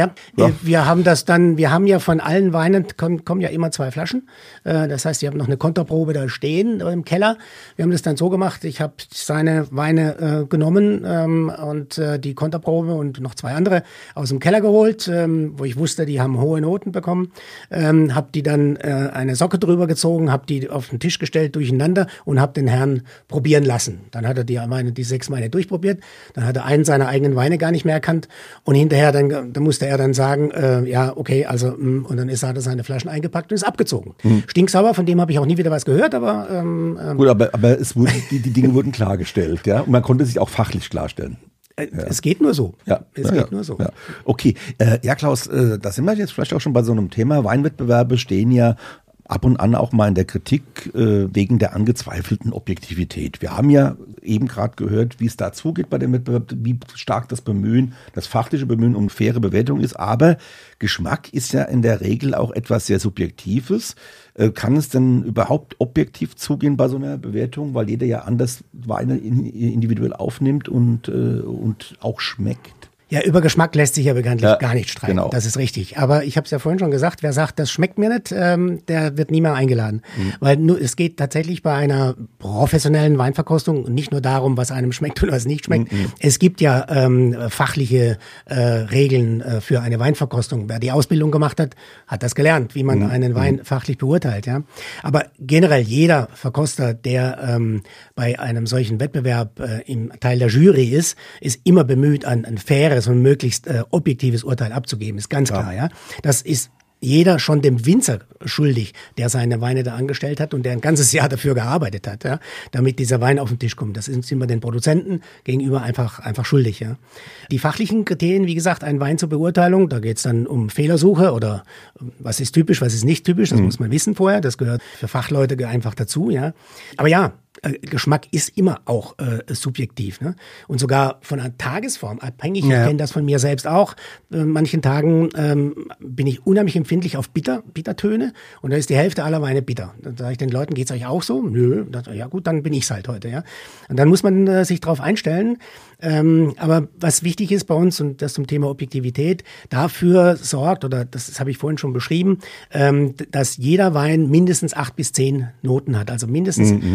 S1: wir haben ja von allen Weinen, kommen ja immer 2 Flaschen. Das heißt, wir haben noch eine Konterprobe da stehen im Keller. Wir haben das dann so gemacht, ich habe seine Weine genommen und die Konterprobe und noch 2 andere aus dem Keller geholt, wo ich wusste, die haben hohe Noten bekommen, habe die dann eine Socke drüber gezogen, habe die auf den Tisch gestellt durcheinander und habe den Herrn probieren lassen. Dann hat er die 6 Weine durchprobiert, dann hat er einen seiner eigenen Weine gar nicht mehr erkannt und hinterher dann musste er dann sagen, ja, okay, also und dann hat er seine Flaschen eingepackt und ist abgezogen. Stinksauer, von dem habe ich auch nie wieder was gehört, aber
S2: gut, aber es wurde, die Dinge wurden klargestellt, ja, und man konnte sich auch fachlich klarstellen.
S1: Es geht nur so.
S2: Ja, geht nur so. Ja. Okay, ja Klaus, da sind wir jetzt vielleicht auch schon bei so einem Thema. Weinwettbewerbe stehen ja ab und an auch mal in der Kritik wegen der angezweifelten Objektivität. Wir haben ja eben gerade gehört, wie es da zugeht bei dem Wettbewerb, wie stark das fachliche Bemühen um faire Bewertung ist. Aber Geschmack ist ja in der Regel auch etwas sehr Subjektives. Kann es denn überhaupt objektiv zugehen bei so einer Bewertung, weil jeder ja anders Weine individuell aufnimmt und auch schmeckt?
S1: Ja, über Geschmack lässt sich ja bekanntlich gar nicht streiten. Genau. Das ist richtig. Aber ich habe es ja vorhin schon gesagt, wer sagt, das schmeckt mir nicht, der wird nie mehr eingeladen. Weil es geht tatsächlich bei einer professionellen Weinverkostung nicht nur darum, was einem schmeckt und was nicht schmeckt. Es gibt ja fachliche Regeln für eine Weinverkostung. Wer die Ausbildung gemacht hat, hat das gelernt, wie man einen Wein fachlich beurteilt. Ja. Aber generell jeder Verkoster, der bei einem solchen Wettbewerb im Teil der Jury ist immer bemüht, ein faires und möglichst objektives Urteil abzugeben, ist ganz klar, ja. Das ist jeder schon dem Winzer schuldig, der seine Weine da angestellt hat und der ein ganzes Jahr dafür gearbeitet hat, ja, damit dieser Wein auf den Tisch kommt. Das sind wir den Produzenten gegenüber einfach schuldig, ja. Die fachlichen Kriterien, wie gesagt, ein Wein zur Beurteilung, da geht's dann um Fehlersuche oder was ist typisch, was ist nicht typisch, das muss man wissen vorher, das gehört für Fachleute einfach dazu, ja. Aber ja, Geschmack ist immer auch subjektiv, ne? Und sogar von einer Tagesform abhängig. Ja. Ich kenne das von mir selbst auch. Manchen Tagen bin ich unheimlich empfindlich auf Bittertöne und da ist die Hälfte aller Weine bitter. Dann sage ich den Leuten, geht's euch auch so? Nö. Ja gut, dann bin ich's halt heute, ja. Und dann muss man sich drauf einstellen. Aber was wichtig ist bei uns, und das zum Thema Objektivität, dafür sorgt, oder das habe ich vorhin schon beschrieben, dass jeder Wein mindestens 8 bis 10 Noten hat. Also mindestens 8 bis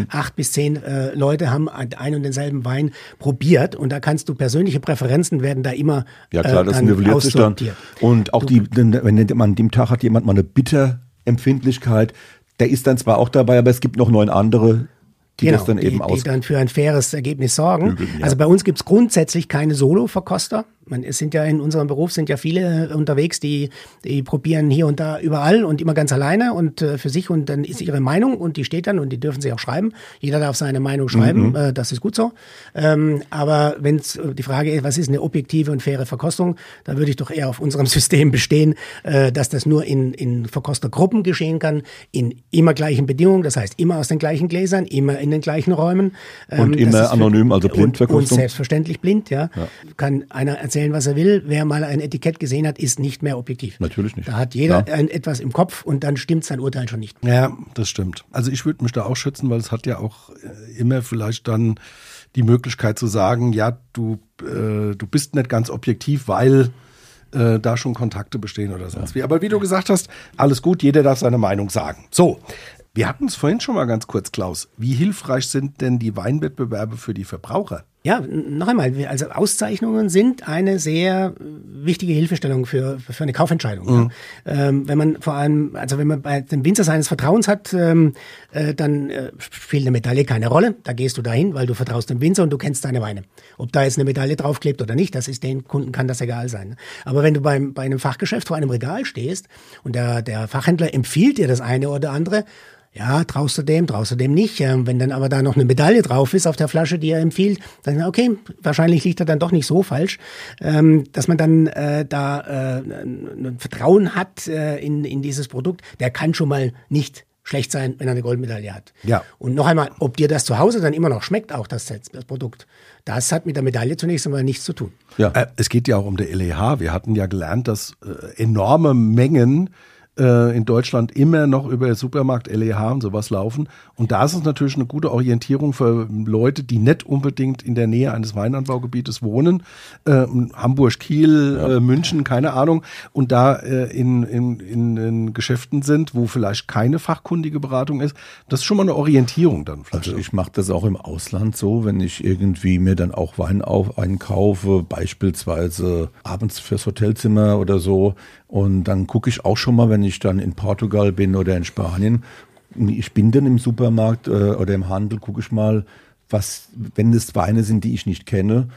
S1: bis 10 Leute haben einen und denselben Wein probiert und da kannst du persönliche Präferenzen werden da immer
S2: ja klar, das nivelliert sich dann. Und auch wenn man an dem Tag hat jemand mal eine Bitterempfindlichkeit, der ist dann zwar auch dabei, aber es gibt noch 9 andere, die das dann eben
S1: die dann für ein faires Ergebnis sorgen. Ja. Also bei uns gibt es grundsätzlich keine Solo-Verkoster. Es sind ja in unserem Beruf sind ja viele unterwegs, die probieren hier und da überall und immer ganz alleine und für sich und dann ist ihre Meinung und die steht dann und die dürfen sie auch schreiben. Jeder darf seine Meinung schreiben, das ist gut so. Aber wenn es die Frage ist, was ist eine objektive und faire Verkostung, da würde ich doch eher auf unserem System bestehen, dass das nur in Verkostergruppen geschehen kann, in immer gleichen Bedingungen, das heißt immer aus den gleichen Gläsern, immer in den gleichen Räumen.
S2: Und immer anonym, also Blindverkostung.
S1: Und selbstverständlich blind, ja. Kann einer erzählen, was er will. Wer mal ein Etikett gesehen hat, ist nicht mehr objektiv.
S2: Natürlich nicht.
S1: Da hat jeder etwas im Kopf und dann stimmt sein Urteil schon nicht.
S3: Ja, das stimmt. Also ich würde mich da auch schützen, weil es hat ja auch immer vielleicht dann die Möglichkeit zu sagen, ja, du bist nicht ganz objektiv, weil da schon Kontakte bestehen oder sonst wie. Aber wie du gesagt hast, alles gut, jeder darf seine Meinung sagen. So, wir hatten es vorhin schon mal ganz kurz, Klaus. Wie hilfreich sind denn die Weinwettbewerbe für die Verbraucher?
S1: Ja, noch einmal, also Auszeichnungen sind eine sehr wichtige Hilfestellung für eine Kaufentscheidung. Ja. Wenn man vor allem, also wenn man bei dem Winzer seines Vertrauens hat, dann spielt eine Medaille keine Rolle. Da gehst du dahin, weil du vertraust dem Winzer und du kennst deine Weine. Ob da jetzt eine Medaille draufklebt oder nicht, das ist den Kunden kann das egal sein. Aber wenn du bei einem Fachgeschäft vor einem Regal stehst und der Fachhändler empfiehlt dir das eine oder andere, ja, traust du dem nicht. Wenn dann aber da noch eine Medaille drauf ist auf der Flasche, die er empfiehlt, dann okay, wahrscheinlich liegt er dann doch nicht so falsch, dass man dann ein Vertrauen hat in dieses Produkt. Der kann schon mal nicht schlecht sein, wenn er eine Goldmedaille hat.
S3: Ja.
S1: Und noch einmal, ob dir das zu Hause dann immer noch schmeckt, auch das Produkt, das hat mit der Medaille zunächst einmal nichts zu tun.
S3: Ja. Es geht ja auch um der LEH. Wir hatten ja gelernt, dass enorme Mengen in Deutschland immer noch über Supermarkt, LEH und sowas laufen. Und da ist es natürlich eine gute Orientierung für Leute, die nicht unbedingt in der Nähe eines Weinanbaugebietes wohnen. Hamburg, Kiel, München, keine Ahnung. Und da in Geschäften sind, wo vielleicht keine fachkundige Beratung ist. Das ist schon mal eine Orientierung dann. Vielleicht.
S2: Also ich mache das auch im Ausland so, wenn ich irgendwie mir dann auch Wein einkaufe, beispielsweise abends fürs Hotelzimmer oder so. Und dann gucke ich auch schon mal, wenn ich dann in Portugal bin oder in Spanien, ich bin dann im Supermarkt oder im Handel, gucke ich mal, wenn das Weine sind, die ich nicht kenne,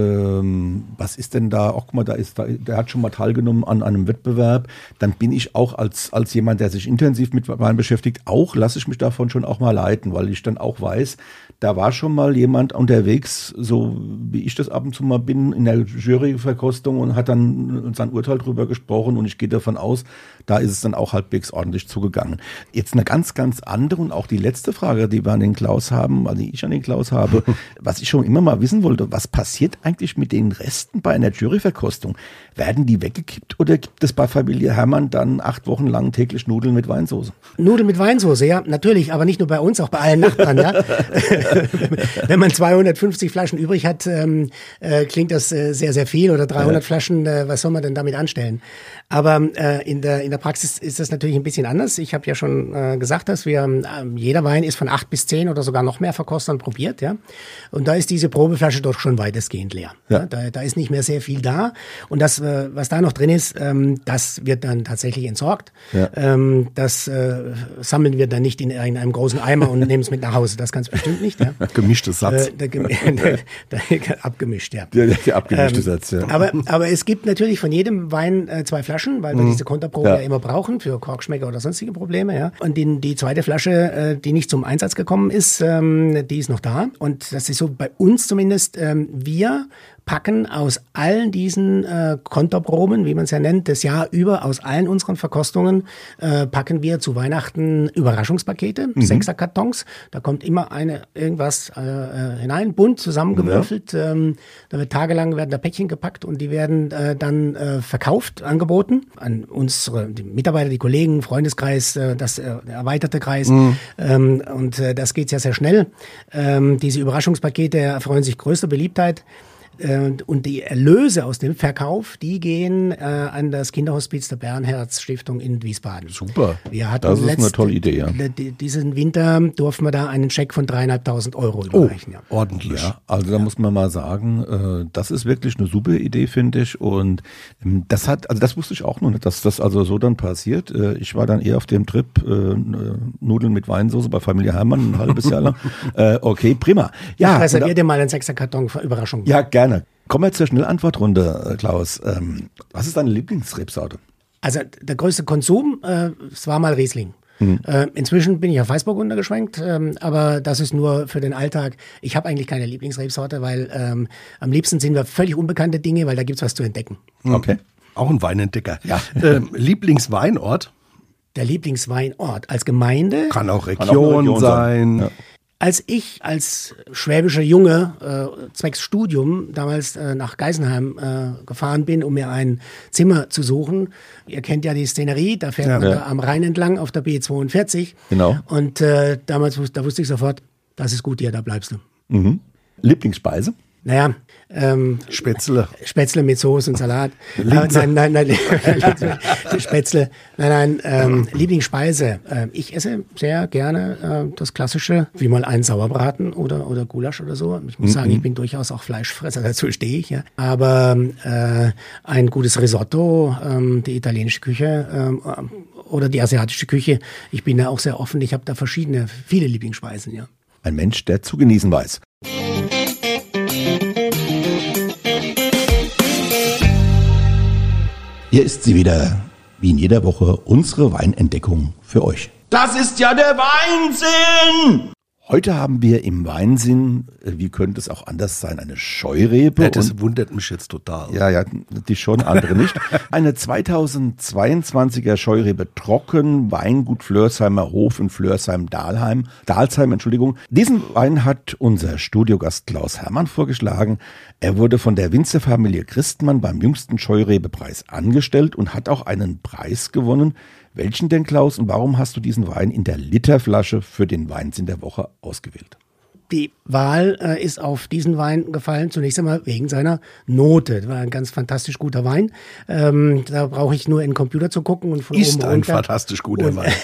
S2: was ist denn da, auch guck mal, der hat schon mal teilgenommen an einem Wettbewerb, dann bin ich auch als jemand, der sich intensiv mit Wein beschäftigt, lasse ich mich davon schon auch mal leiten, weil ich dann auch weiß, da war schon mal jemand unterwegs, so wie ich das ab und zu mal bin, in der Juryverkostung und hat dann sein Urteil drüber gesprochen und ich gehe davon aus, da ist es dann auch halbwegs ordentlich zugegangen. Jetzt eine ganz, ganz andere und auch die letzte Frage, die wir an den Klaus haben, also die ich an den Klaus habe, was ich schon immer mal wissen wollte, was passiert eigentlich mit den Resten bei einer Juryverkostung? Werden die weggekippt oder gibt es bei Familie Herrmann dann 8 Wochen lang täglich Nudeln mit Weinsauce?
S1: Nudeln mit Weinsauce, ja, natürlich, aber nicht nur bei uns, auch bei allen Nachbarn, ja. Wenn man 250 Flaschen übrig hat, klingt das sehr, sehr viel oder 300 Flaschen, was soll man denn damit anstellen? Aber in der Praxis ist das natürlich ein bisschen anders. Ich habe ja schon gesagt, dass jeder Wein ist von 8 bis 10 oder sogar noch mehr Verkostern probiert, ja. Und da ist diese Probeflasche doch schon weitestgehend leer. Ja. Da ist nicht mehr sehr viel da. Und das, was da noch drin ist, das wird dann tatsächlich entsorgt. Ja. Das sammeln wir dann nicht in einem großen Eimer und nehmen es mit nach Hause. Das ganz bestimmt nicht. Ja.
S3: Gemischtes Satz.
S1: Abgemischt, ja.
S2: Der abgemischte Satz, ja.
S1: Aber es gibt natürlich von jedem Wein 2 Flaschen, weil wir diese Konterprobe ja immer brauchen für Korkschmecker oder sonstige Probleme. Ja. Und die zweite Flasche, die nicht zum Einsatz gekommen ist, die ist noch da. Und das ist so bei uns zumindest, wir packen aus allen diesen Konterproben, wie man es ja nennt, das Jahr über, aus allen unseren Verkostungen, packen wir zu Weihnachten Überraschungspakete, 6er-Kartons. Da kommt immer irgendwas hinein, bunt zusammengewürfelt. Ja. Da wird tagelang werden da Päckchen gepackt und die werden dann verkauft, angeboten an die Mitarbeiter, die Kollegen, Freundeskreis, der erweiterte Kreis. Und das geht sehr, sehr schnell. Diese Überraschungspakete erfreuen sich größter Beliebtheit. Und die Erlöse aus dem Verkauf, die gehen an das Kinderhospiz der Bernherz-Stiftung in Wiesbaden.
S2: Super,
S1: Wir hatten
S2: das ist eine tolle Idee. Ja.
S1: Diesen Winter durften wir da einen Scheck von 3.500 Euro überreichen.
S3: Ordentlich.
S2: Ja, also da muss man mal sagen, das ist wirklich eine super Idee, finde ich. Und das wusste ich auch noch nicht, dass das also so dann passiert. Ich war dann eher auf dem Trip Nudeln mit Weinsauce bei Familie Hermann ein halbes Jahr lang. Okay, prima. Ja,
S1: ich reserviere dir mal einen 6er Karton für Überraschung.
S2: Ja, gerne. Kommen wir zur Schnellantwortrunde, Klaus. Was ist deine Lieblingsrebsorte?
S1: Also der größte Konsum, es war mal Riesling. Inzwischen bin ich auf Weißburg untergeschwenkt, aber das ist nur für den Alltag. Ich habe eigentlich keine Lieblingsrebsorte, weil am liebsten sind wir völlig unbekannte Dinge, weil da gibt's was zu entdecken.
S2: Okay.
S3: Auch ein Weinentdecker.
S2: Ja.
S3: Lieblingsweinort?
S1: Der Lieblingsweinort als Gemeinde?
S3: Kann auch Region sein.
S2: Ja.
S1: Als ich als schwäbischer Junge zwecks Studium damals nach Geisenheim gefahren bin, um mir ein Zimmer zu suchen. Ihr kennt ja die Szenerie, da fährt man da am Rhein entlang auf der B42.
S2: Genau.
S1: Und da wusste ich sofort, das ist gut hier, da bleibst du.
S2: Mhm. Lieblingsspeise?
S1: Naja,
S3: Spätzle.
S1: Spätzle mit Soße und Salat. Nein, Spätzle. Nein, Lieblingsspeise. Ich esse sehr gerne das Klassische, wie mal einen Sauerbraten oder Gulasch oder so. Ich muss sagen, ich bin durchaus auch Fleischfresser, dazu stehe ich. Ja. Aber ein gutes Risotto, die italienische Küche oder die asiatische Küche, ich bin da auch sehr offen. Ich habe da viele Lieblingsspeisen, ja.
S2: Ein Mensch, der zu genießen weiß. Hier ist sie wieder, wie in jeder Woche, unsere Weinentdeckung für euch. Das ist ja der Weinsinn! Heute haben wir im Weinsinn, wie könnte es auch anders sein, eine Scheurebe.
S3: Ja, das wundert mich jetzt total.
S2: Ja, die schon, andere nicht. Eine 2022er Scheurebe trocken, Weingut Flörsheimer Hof in Flörsheim-Dalsheim. Diesen Wein hat unser Studiogast Klaus Hermann vorgeschlagen. Er wurde von der Winzerfamilie Christmann beim jüngsten Scheurebepreis angestellt und hat auch einen Preis gewonnen. Welchen denn, Klaus, und warum hast du diesen Wein in der Literflasche für den Weinsinn der Woche ausgewählt?
S1: Die Wahl ist auf diesen Wein gefallen, zunächst einmal wegen seiner Note. Das war ein ganz fantastisch guter Wein. Da brauche ich nur in den Computer zu gucken und von
S3: ist
S1: oben
S3: ein
S1: runter.
S3: Fantastisch guter Wein.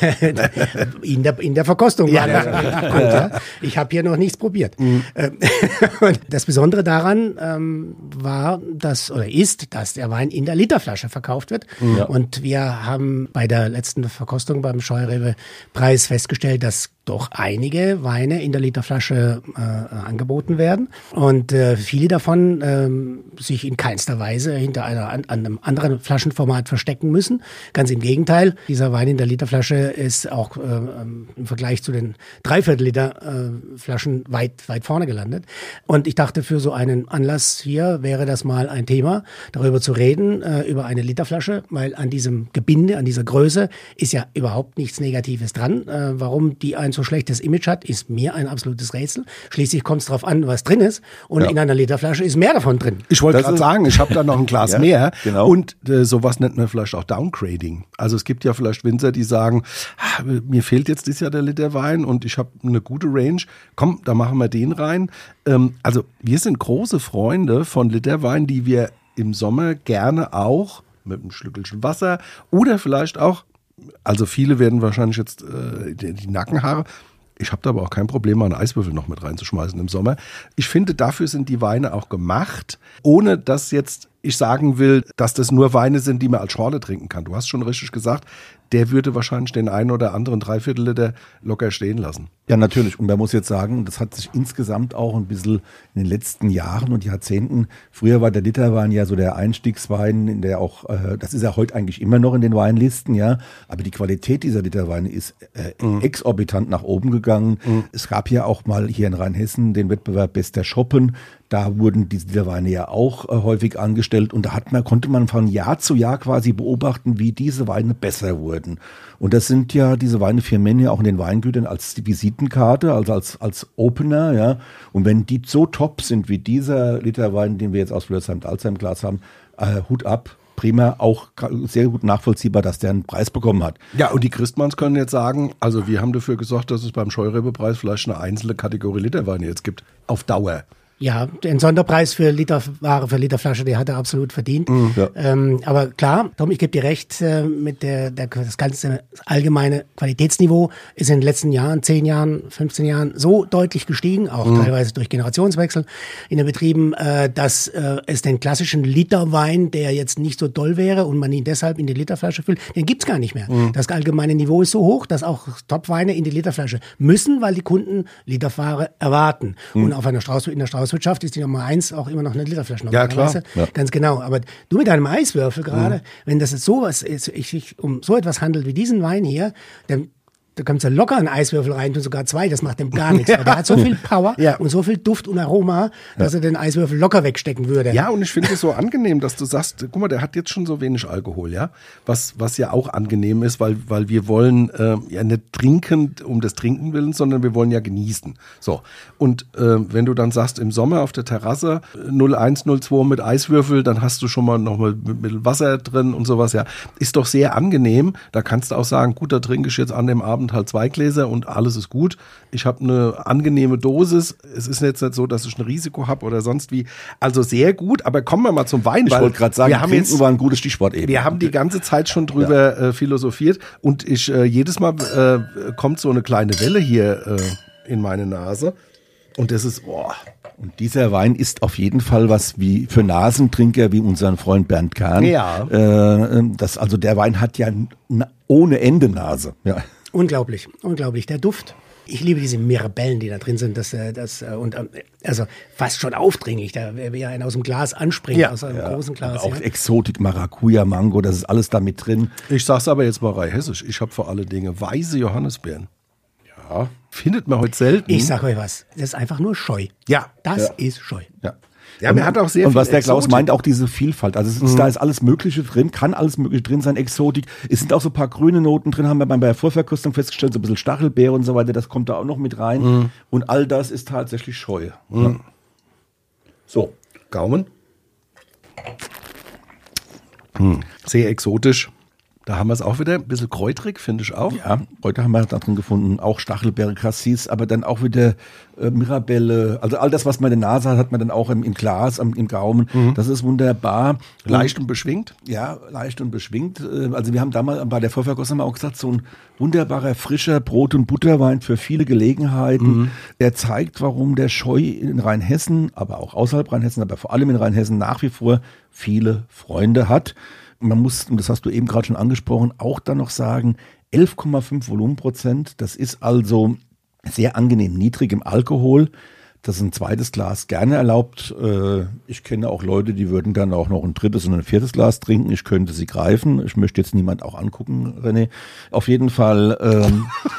S1: In der Verkostung. Ja, gut, ja. Ich habe hier noch nichts probiert. Und das Besondere daran ist, dass der Wein in der Literflasche verkauft wird. Ja. Und wir haben bei der letzten Verkostung beim Scheurebe-Preis festgestellt, dass doch einige Weine in der Literflasche angeboten werden und viele davon sich in keinster Weise hinter einem anderen Flaschenformat verstecken müssen. Ganz im Gegenteil, dieser Wein in der Literflasche ist auch im Vergleich zu den 3/4 Liter Flaschen weit vorne gelandet. Und ich dachte, für so einen Anlass hier wäre das mal ein Thema, darüber zu reden, über eine Literflasche, weil an diesem Gebinde, an dieser Größe ist ja überhaupt nichts Negatives dran. Warum die ein so schlechtes Image hat, ist mir ein absolutes Rätsel. Schließlich kommt es darauf an, was drin ist. Und in einer Literflasche ist mehr davon drin.
S3: Ich wollte gerade sagen, ich habe da noch ein Glas mehr.
S2: Genau.
S3: Und sowas nennt man vielleicht auch Downgrading. Also es gibt ja vielleicht Winzer, die sagen, mir fehlt jetzt dieses Jahr der Liter Wein und ich habe eine gute Range. Komm, da machen wir den rein. Also wir sind große Freunde von Literwein, die wir im Sommer gerne auch mit einem Schlückelchen Wasser oder vielleicht auch, also viele werden wahrscheinlich jetzt die Nackenhaare. Ich habe da aber auch kein Problem, mal einen Eiswürfel noch mit reinzuschmeißen im Sommer. Ich finde, dafür sind die Weine auch gemacht, ohne dass jetzt ich sagen will, dass das nur Weine sind, die man als Schorle trinken kann. Du hast schon richtig gesagt, der würde wahrscheinlich den einen oder anderen 3/4 Liter locker stehen lassen.
S2: Ja, natürlich. Und man muss jetzt sagen, das hat sich insgesamt auch ein bisschen in den letzten Jahren und Jahrzehnten, früher war der Literwein ja so der Einstiegswein, in der auch, das ist ja heute eigentlich immer noch in den Weinlisten, ja, aber die Qualität dieser Literweine ist exorbitant nach oben gegangen. Es gab ja auch mal hier in Rheinhessen den Wettbewerb Bester Schoppen. Da wurden diese Literweine ja auch häufig angestellt und da konnte man von Jahr zu Jahr quasi beobachten, wie diese Weine besser wurden. Und das sind ja diese Weine für Männer auch in den Weingütern als die Visitenkarte, also als Opener, ja. Und wenn die so top sind wie dieser Literwein, den wir jetzt aus Flörsheim-Dalsheim-Glas haben, Hut ab. Prima, auch sehr gut nachvollziehbar, dass der einen Preis bekommen hat.
S3: Ja, und die Christmanns können jetzt sagen, also wir haben dafür gesorgt, dass es beim Scheurebe-Preis vielleicht eine einzelne Kategorie Literweine jetzt gibt. Auf Dauer.
S1: Ja, den Sonderpreis für Literware, für Literflasche, der hat er absolut verdient.
S2: Ja.
S1: Aber klar, Tom, ich gebe dir recht, mit das ganze allgemeine Qualitätsniveau ist in den letzten Jahren, 10 Jahren, 15 Jahren so deutlich gestiegen, auch teilweise durch Generationswechsel in den Betrieben, dass es den klassischen Literwein, der jetzt nicht so doll wäre und man ihn deshalb in die Literflasche füllt, den gibt's gar nicht mehr. Das allgemeine Niveau ist so hoch, dass auch Topweine in die Literflasche müssen, weil die Kunden Literware erwarten. Und auf in der Straußwirtschaft ist die Nummer 1 auch immer noch eine Literflasche.
S3: Ja, klar.
S2: Ja.
S1: Ganz genau. Aber du mit deinem Eiswürfel gerade, wenn das jetzt sowas ist, um so etwas handelt wie diesen Wein hier, dann da kannst du locker einen Eiswürfel rein tun, sogar 2, das macht dem gar nichts. Weil der hat so viel Power und so viel Duft und Aroma, dass er den Eiswürfel locker wegstecken würde.
S3: Ja, und ich finde es so angenehm, dass du sagst, guck mal, der hat jetzt schon so wenig Alkohol, ja, was ja auch angenehm ist, weil wir wollen ja nicht trinken um des Trinken willen, sondern wir wollen ja genießen. So, und wenn du dann sagst, im Sommer auf der Terrasse 01, 02 mit Eiswürfel, dann hast du schon mal noch mal mit Wasser drin und sowas, ja, ist doch sehr angenehm. Da kannst du auch sagen, gut, da trinke ich jetzt an dem Abend halt 2 Gläser und alles ist gut. Ich habe eine angenehme Dosis. Es ist jetzt nicht so, dass ich ein Risiko habe oder sonst wie. Also sehr gut, aber kommen wir mal zum Wein.
S2: Ich wollte gerade sagen,
S3: trinken
S2: war ein gutes Stichwort eben.
S3: Wir haben die ganze Zeit schon drüber philosophiert und jedes Mal kommt so eine kleine Welle hier in meine Nase und das ist,
S2: Und dieser Wein ist auf jeden Fall was wie für Nasentrinker wie unseren Freund Bernd Kahn.
S3: Ja.
S2: Also der Wein hat ja ohne Ende Nase. Ja.
S1: Unglaublich, unglaublich. Der Duft. Ich liebe diese Mirabellen, die da drin sind. Also fast schon aufdringlich. Da wäre ja einer aus dem Glas anspringen, aus einem großen Glas.
S2: Auch Exotik, Maracuja, Mango, das ist alles da mit drin.
S3: Ich sag's aber jetzt mal rein hessisch. Ich habe vor alle Dinge weiße Johannisbeeren. Ja. Findet man heute selten.
S1: Ich sag euch was. Das ist einfach nur Scheu.
S3: Ja.
S1: Das ist Scheu.
S2: Ja.
S3: Ja, mir hat auch sehr
S2: und
S3: viel
S2: was der Klaus
S3: Exotik.
S2: meint, auch diese Vielfalt. Also da ist alles Mögliche drin, kann alles Mögliche drin sein, Exotik. Es sind auch so ein paar grüne Noten drin, haben wir bei der Vorverkostung festgestellt, so ein bisschen Stachelbeere und so weiter, das kommt da auch noch mit rein. Und all das ist tatsächlich Scheu. Ja.
S3: So, Gaumen. Sehr exotisch. Da haben wir es auch wieder, ein bisschen kräutrig, finde ich auch.
S2: Ja, heute haben wir da drin gefunden, auch Stachelbeere, Cassis, aber dann auch wieder Mirabelle. Also all das, was man in der Nase hat, hat man dann auch im Glas, im Gaumen. Das ist wunderbar.
S3: Leicht und beschwingt?
S2: Ja, leicht und beschwingt. Also wir haben damals bei der Vorverkostung auch gesagt, so ein wunderbarer, frischer Brot- und Butterwein für viele Gelegenheiten. Der zeigt, warum der Scheu in Rheinhessen, aber auch außerhalb Rheinhessen, aber vor allem in Rheinhessen nach wie vor viele Freunde hat. Man muss, und das hast du eben gerade schon angesprochen, auch dann noch sagen, 11,5 Volumenprozent, das ist also sehr angenehm niedrig im Alkohol. Das ist ein zweites Glas gerne erlaubt. Ich kenne auch Leute, die würden dann auch noch ein drittes und ein viertes Glas trinken. Ich könnte sie greifen. Ich möchte jetzt niemand auch angucken, René. Auf jeden Fall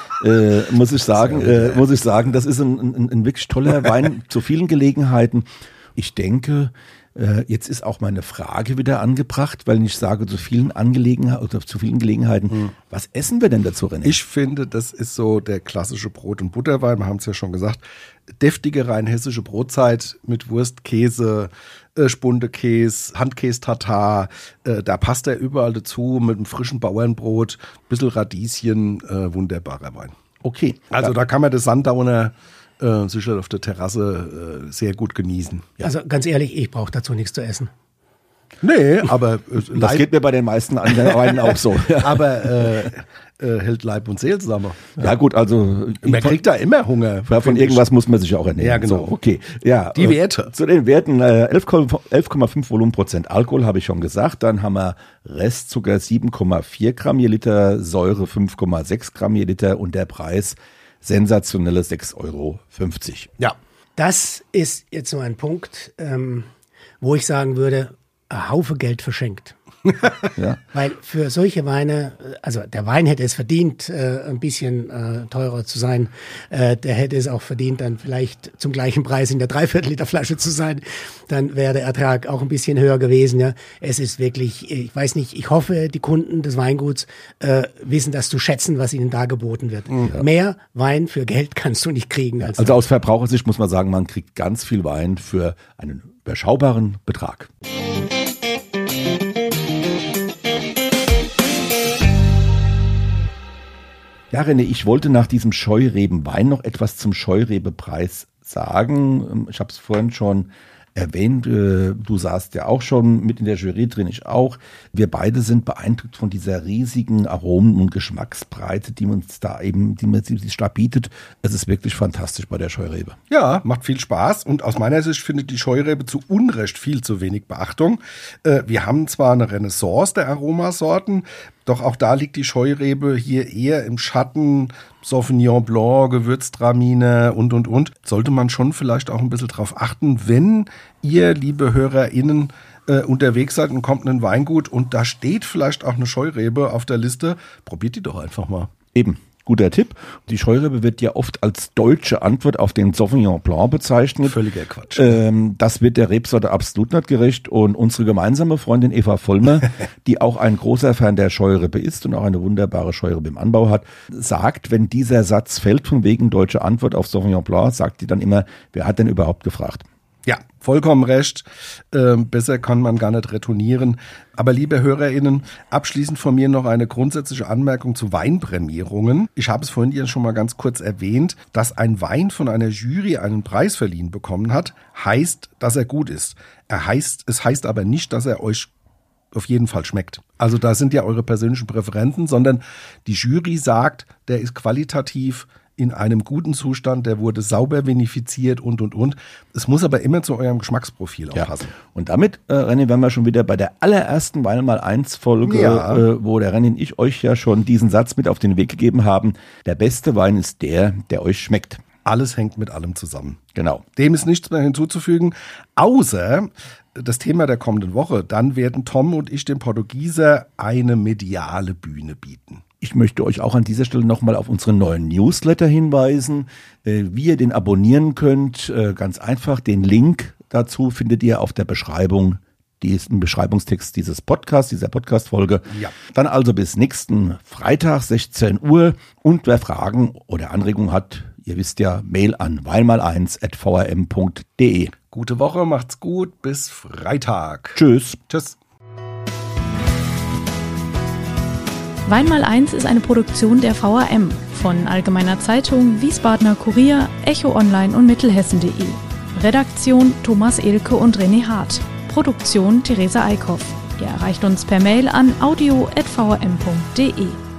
S2: muss ich sagen, das ist ein wirklich toller Wein zu vielen Gelegenheiten. Ich denke, jetzt ist auch meine Frage wieder angebracht, weil ich sage zu vielen Gelegenheiten, was essen wir denn dazu, René?
S3: Ich finde, das ist so der klassische Brot- und Butterwein, wir haben es ja schon gesagt, deftige rheinhessische Brotzeit mit Wurst, Käse, Spundekäse, Handkäse-Tatar, da passt er überall dazu mit einem frischen Bauernbrot, bisschen Radieschen, wunderbarer Wein.
S2: Okay.
S3: Also da kann man das Sundowner sicher auf der Terrasse sehr gut genießen.
S1: Ja. Also ganz ehrlich, ich brauche dazu nichts zu essen.
S3: Nee, aber
S2: das geht mir bei den meisten anderen Weinen auch so.
S3: Aber hält Leib und Seele zusammen.
S2: Ja gut, also
S3: man kriegt da immer Hunger.
S2: Von irgendwas muss man sich auch ernähren.
S3: Ja, genau.
S2: So, okay. Ja,
S3: die Werte.
S2: Zu den Werten 11,5 Volumenprozent Alkohol habe ich schon gesagt. Dann haben wir Restzucker 7,4 Gramm je Liter, Säure 5,6 Gramm je Liter und der Preis sensationelle 6,50 Euro.
S3: Ja.
S1: Das ist jetzt so ein Punkt, wo ich sagen würde, ein Haufe Geld verschenkt.
S2: Ja.
S1: Weil für solche Weine, also der Wein hätte es verdient, ein bisschen teurer zu sein. Der hätte es auch verdient, dann vielleicht zum gleichen Preis in der 3/4 Liter Flasche zu sein. Dann wäre der Ertrag auch ein bisschen höher gewesen. Ja. Es ist wirklich, ich weiß nicht, ich hoffe, die Kunden des Weinguts wissen das zu schätzen, was ihnen da geboten wird. Ja. Mehr Wein für Geld kannst du nicht kriegen.
S2: Also aus Verbrauchersicht muss man sagen, man kriegt ganz viel Wein für einen überschaubaren Betrag. Ja, René, ich wollte nach diesem Scheureben-Wein noch etwas zum Scheurebepreis sagen, ich habe es vorhin schon erwähnt, du saßt ja auch schon mit in der Jury drin, ich auch. Wir beide sind beeindruckt von dieser riesigen Aromen- und Geschmacksbreite, die uns da eben, die sich da bietet. Es ist wirklich fantastisch bei der Scheurebe.
S3: Ja, macht viel Spaß und aus meiner Sicht findet die Scheurebe zu Unrecht viel zu wenig Beachtung. Wir haben zwar eine Renaissance der Aromasorten, doch auch da liegt die Scheurebe hier eher im Schatten. Sauvignon Blanc, Gewürztraminer und. Sollte man schon vielleicht auch ein bisschen drauf achten, wenn ihr, liebe HörerInnen, unterwegs seid und kommt in ein Weingut und da steht vielleicht auch eine Scheurebe auf der Liste, probiert die doch einfach mal.
S2: Eben. Guter Tipp. Die Scheurebe wird ja oft als deutsche Antwort auf den Sauvignon Blanc bezeichnet.
S3: Völliger Quatsch.
S2: Das wird der Rebsorte absolut nicht gerecht. Und unsere gemeinsame Freundin Eva Vollmer, die auch ein großer Fan der Scheurebe ist und auch eine wunderbare Scheurebe im Anbau hat, sagt, wenn dieser Satz fällt von wegen deutsche Antwort auf Sauvignon Blanc, sagt die dann immer, wer hat denn überhaupt gefragt?
S3: Ja, vollkommen recht. Besser kann man gar nicht retournieren. Aber liebe HörerInnen, abschließend von mir noch eine grundsätzliche Anmerkung zu Weinprämierungen. Ich habe es vorhin ja schon mal ganz kurz erwähnt, dass ein Wein von einer Jury einen Preis verliehen bekommen hat, heißt, dass er gut ist. Es heißt aber nicht, dass er euch auf jeden Fall schmeckt. Also da sind ja eure persönlichen Präferenzen, sondern die Jury sagt, der ist qualitativ in einem guten Zustand, der wurde sauber vinifiziert und. Es muss aber immer zu eurem Geschmacksprofil auch passen.
S2: Und damit, René, wären wir schon wieder bei der allerersten Wein-mal-1-Folge, wo der René und ich euch ja schon diesen Satz mit auf den Weg gegeben haben. Der beste Wein ist der euch schmeckt.
S3: Alles hängt mit allem zusammen.
S2: Genau.
S3: Dem ist nichts mehr hinzuzufügen, außer das Thema der kommenden Woche. Dann werden Tom und ich dem Portugieser eine mediale Bühne bieten.
S2: Ich möchte euch auch an dieser Stelle nochmal auf unseren neuen Newsletter hinweisen, wie ihr den abonnieren könnt. Ganz einfach, den Link dazu findet ihr auf der Beschreibung, im Beschreibungstext dieser Podcast-Folge.
S3: Ja.
S2: Dann also bis nächsten Freitag, 16 Uhr. Und wer Fragen oder Anregungen hat, ihr wisst ja, Mail an weinmal1@vrm.de.
S3: Gute Woche, macht's gut, bis Freitag.
S2: Tschüss.
S3: Tschüss.
S4: Weinmal1 ist eine Produktion der VRM von Allgemeiner Zeitung, Wiesbadener Kurier, Echo Online und Mittelhessen.de. Redaktion Thomas Elke und René Hart. Produktion Theresa Eickhoff. Ihr erreicht uns per Mail an audio@vrm.de.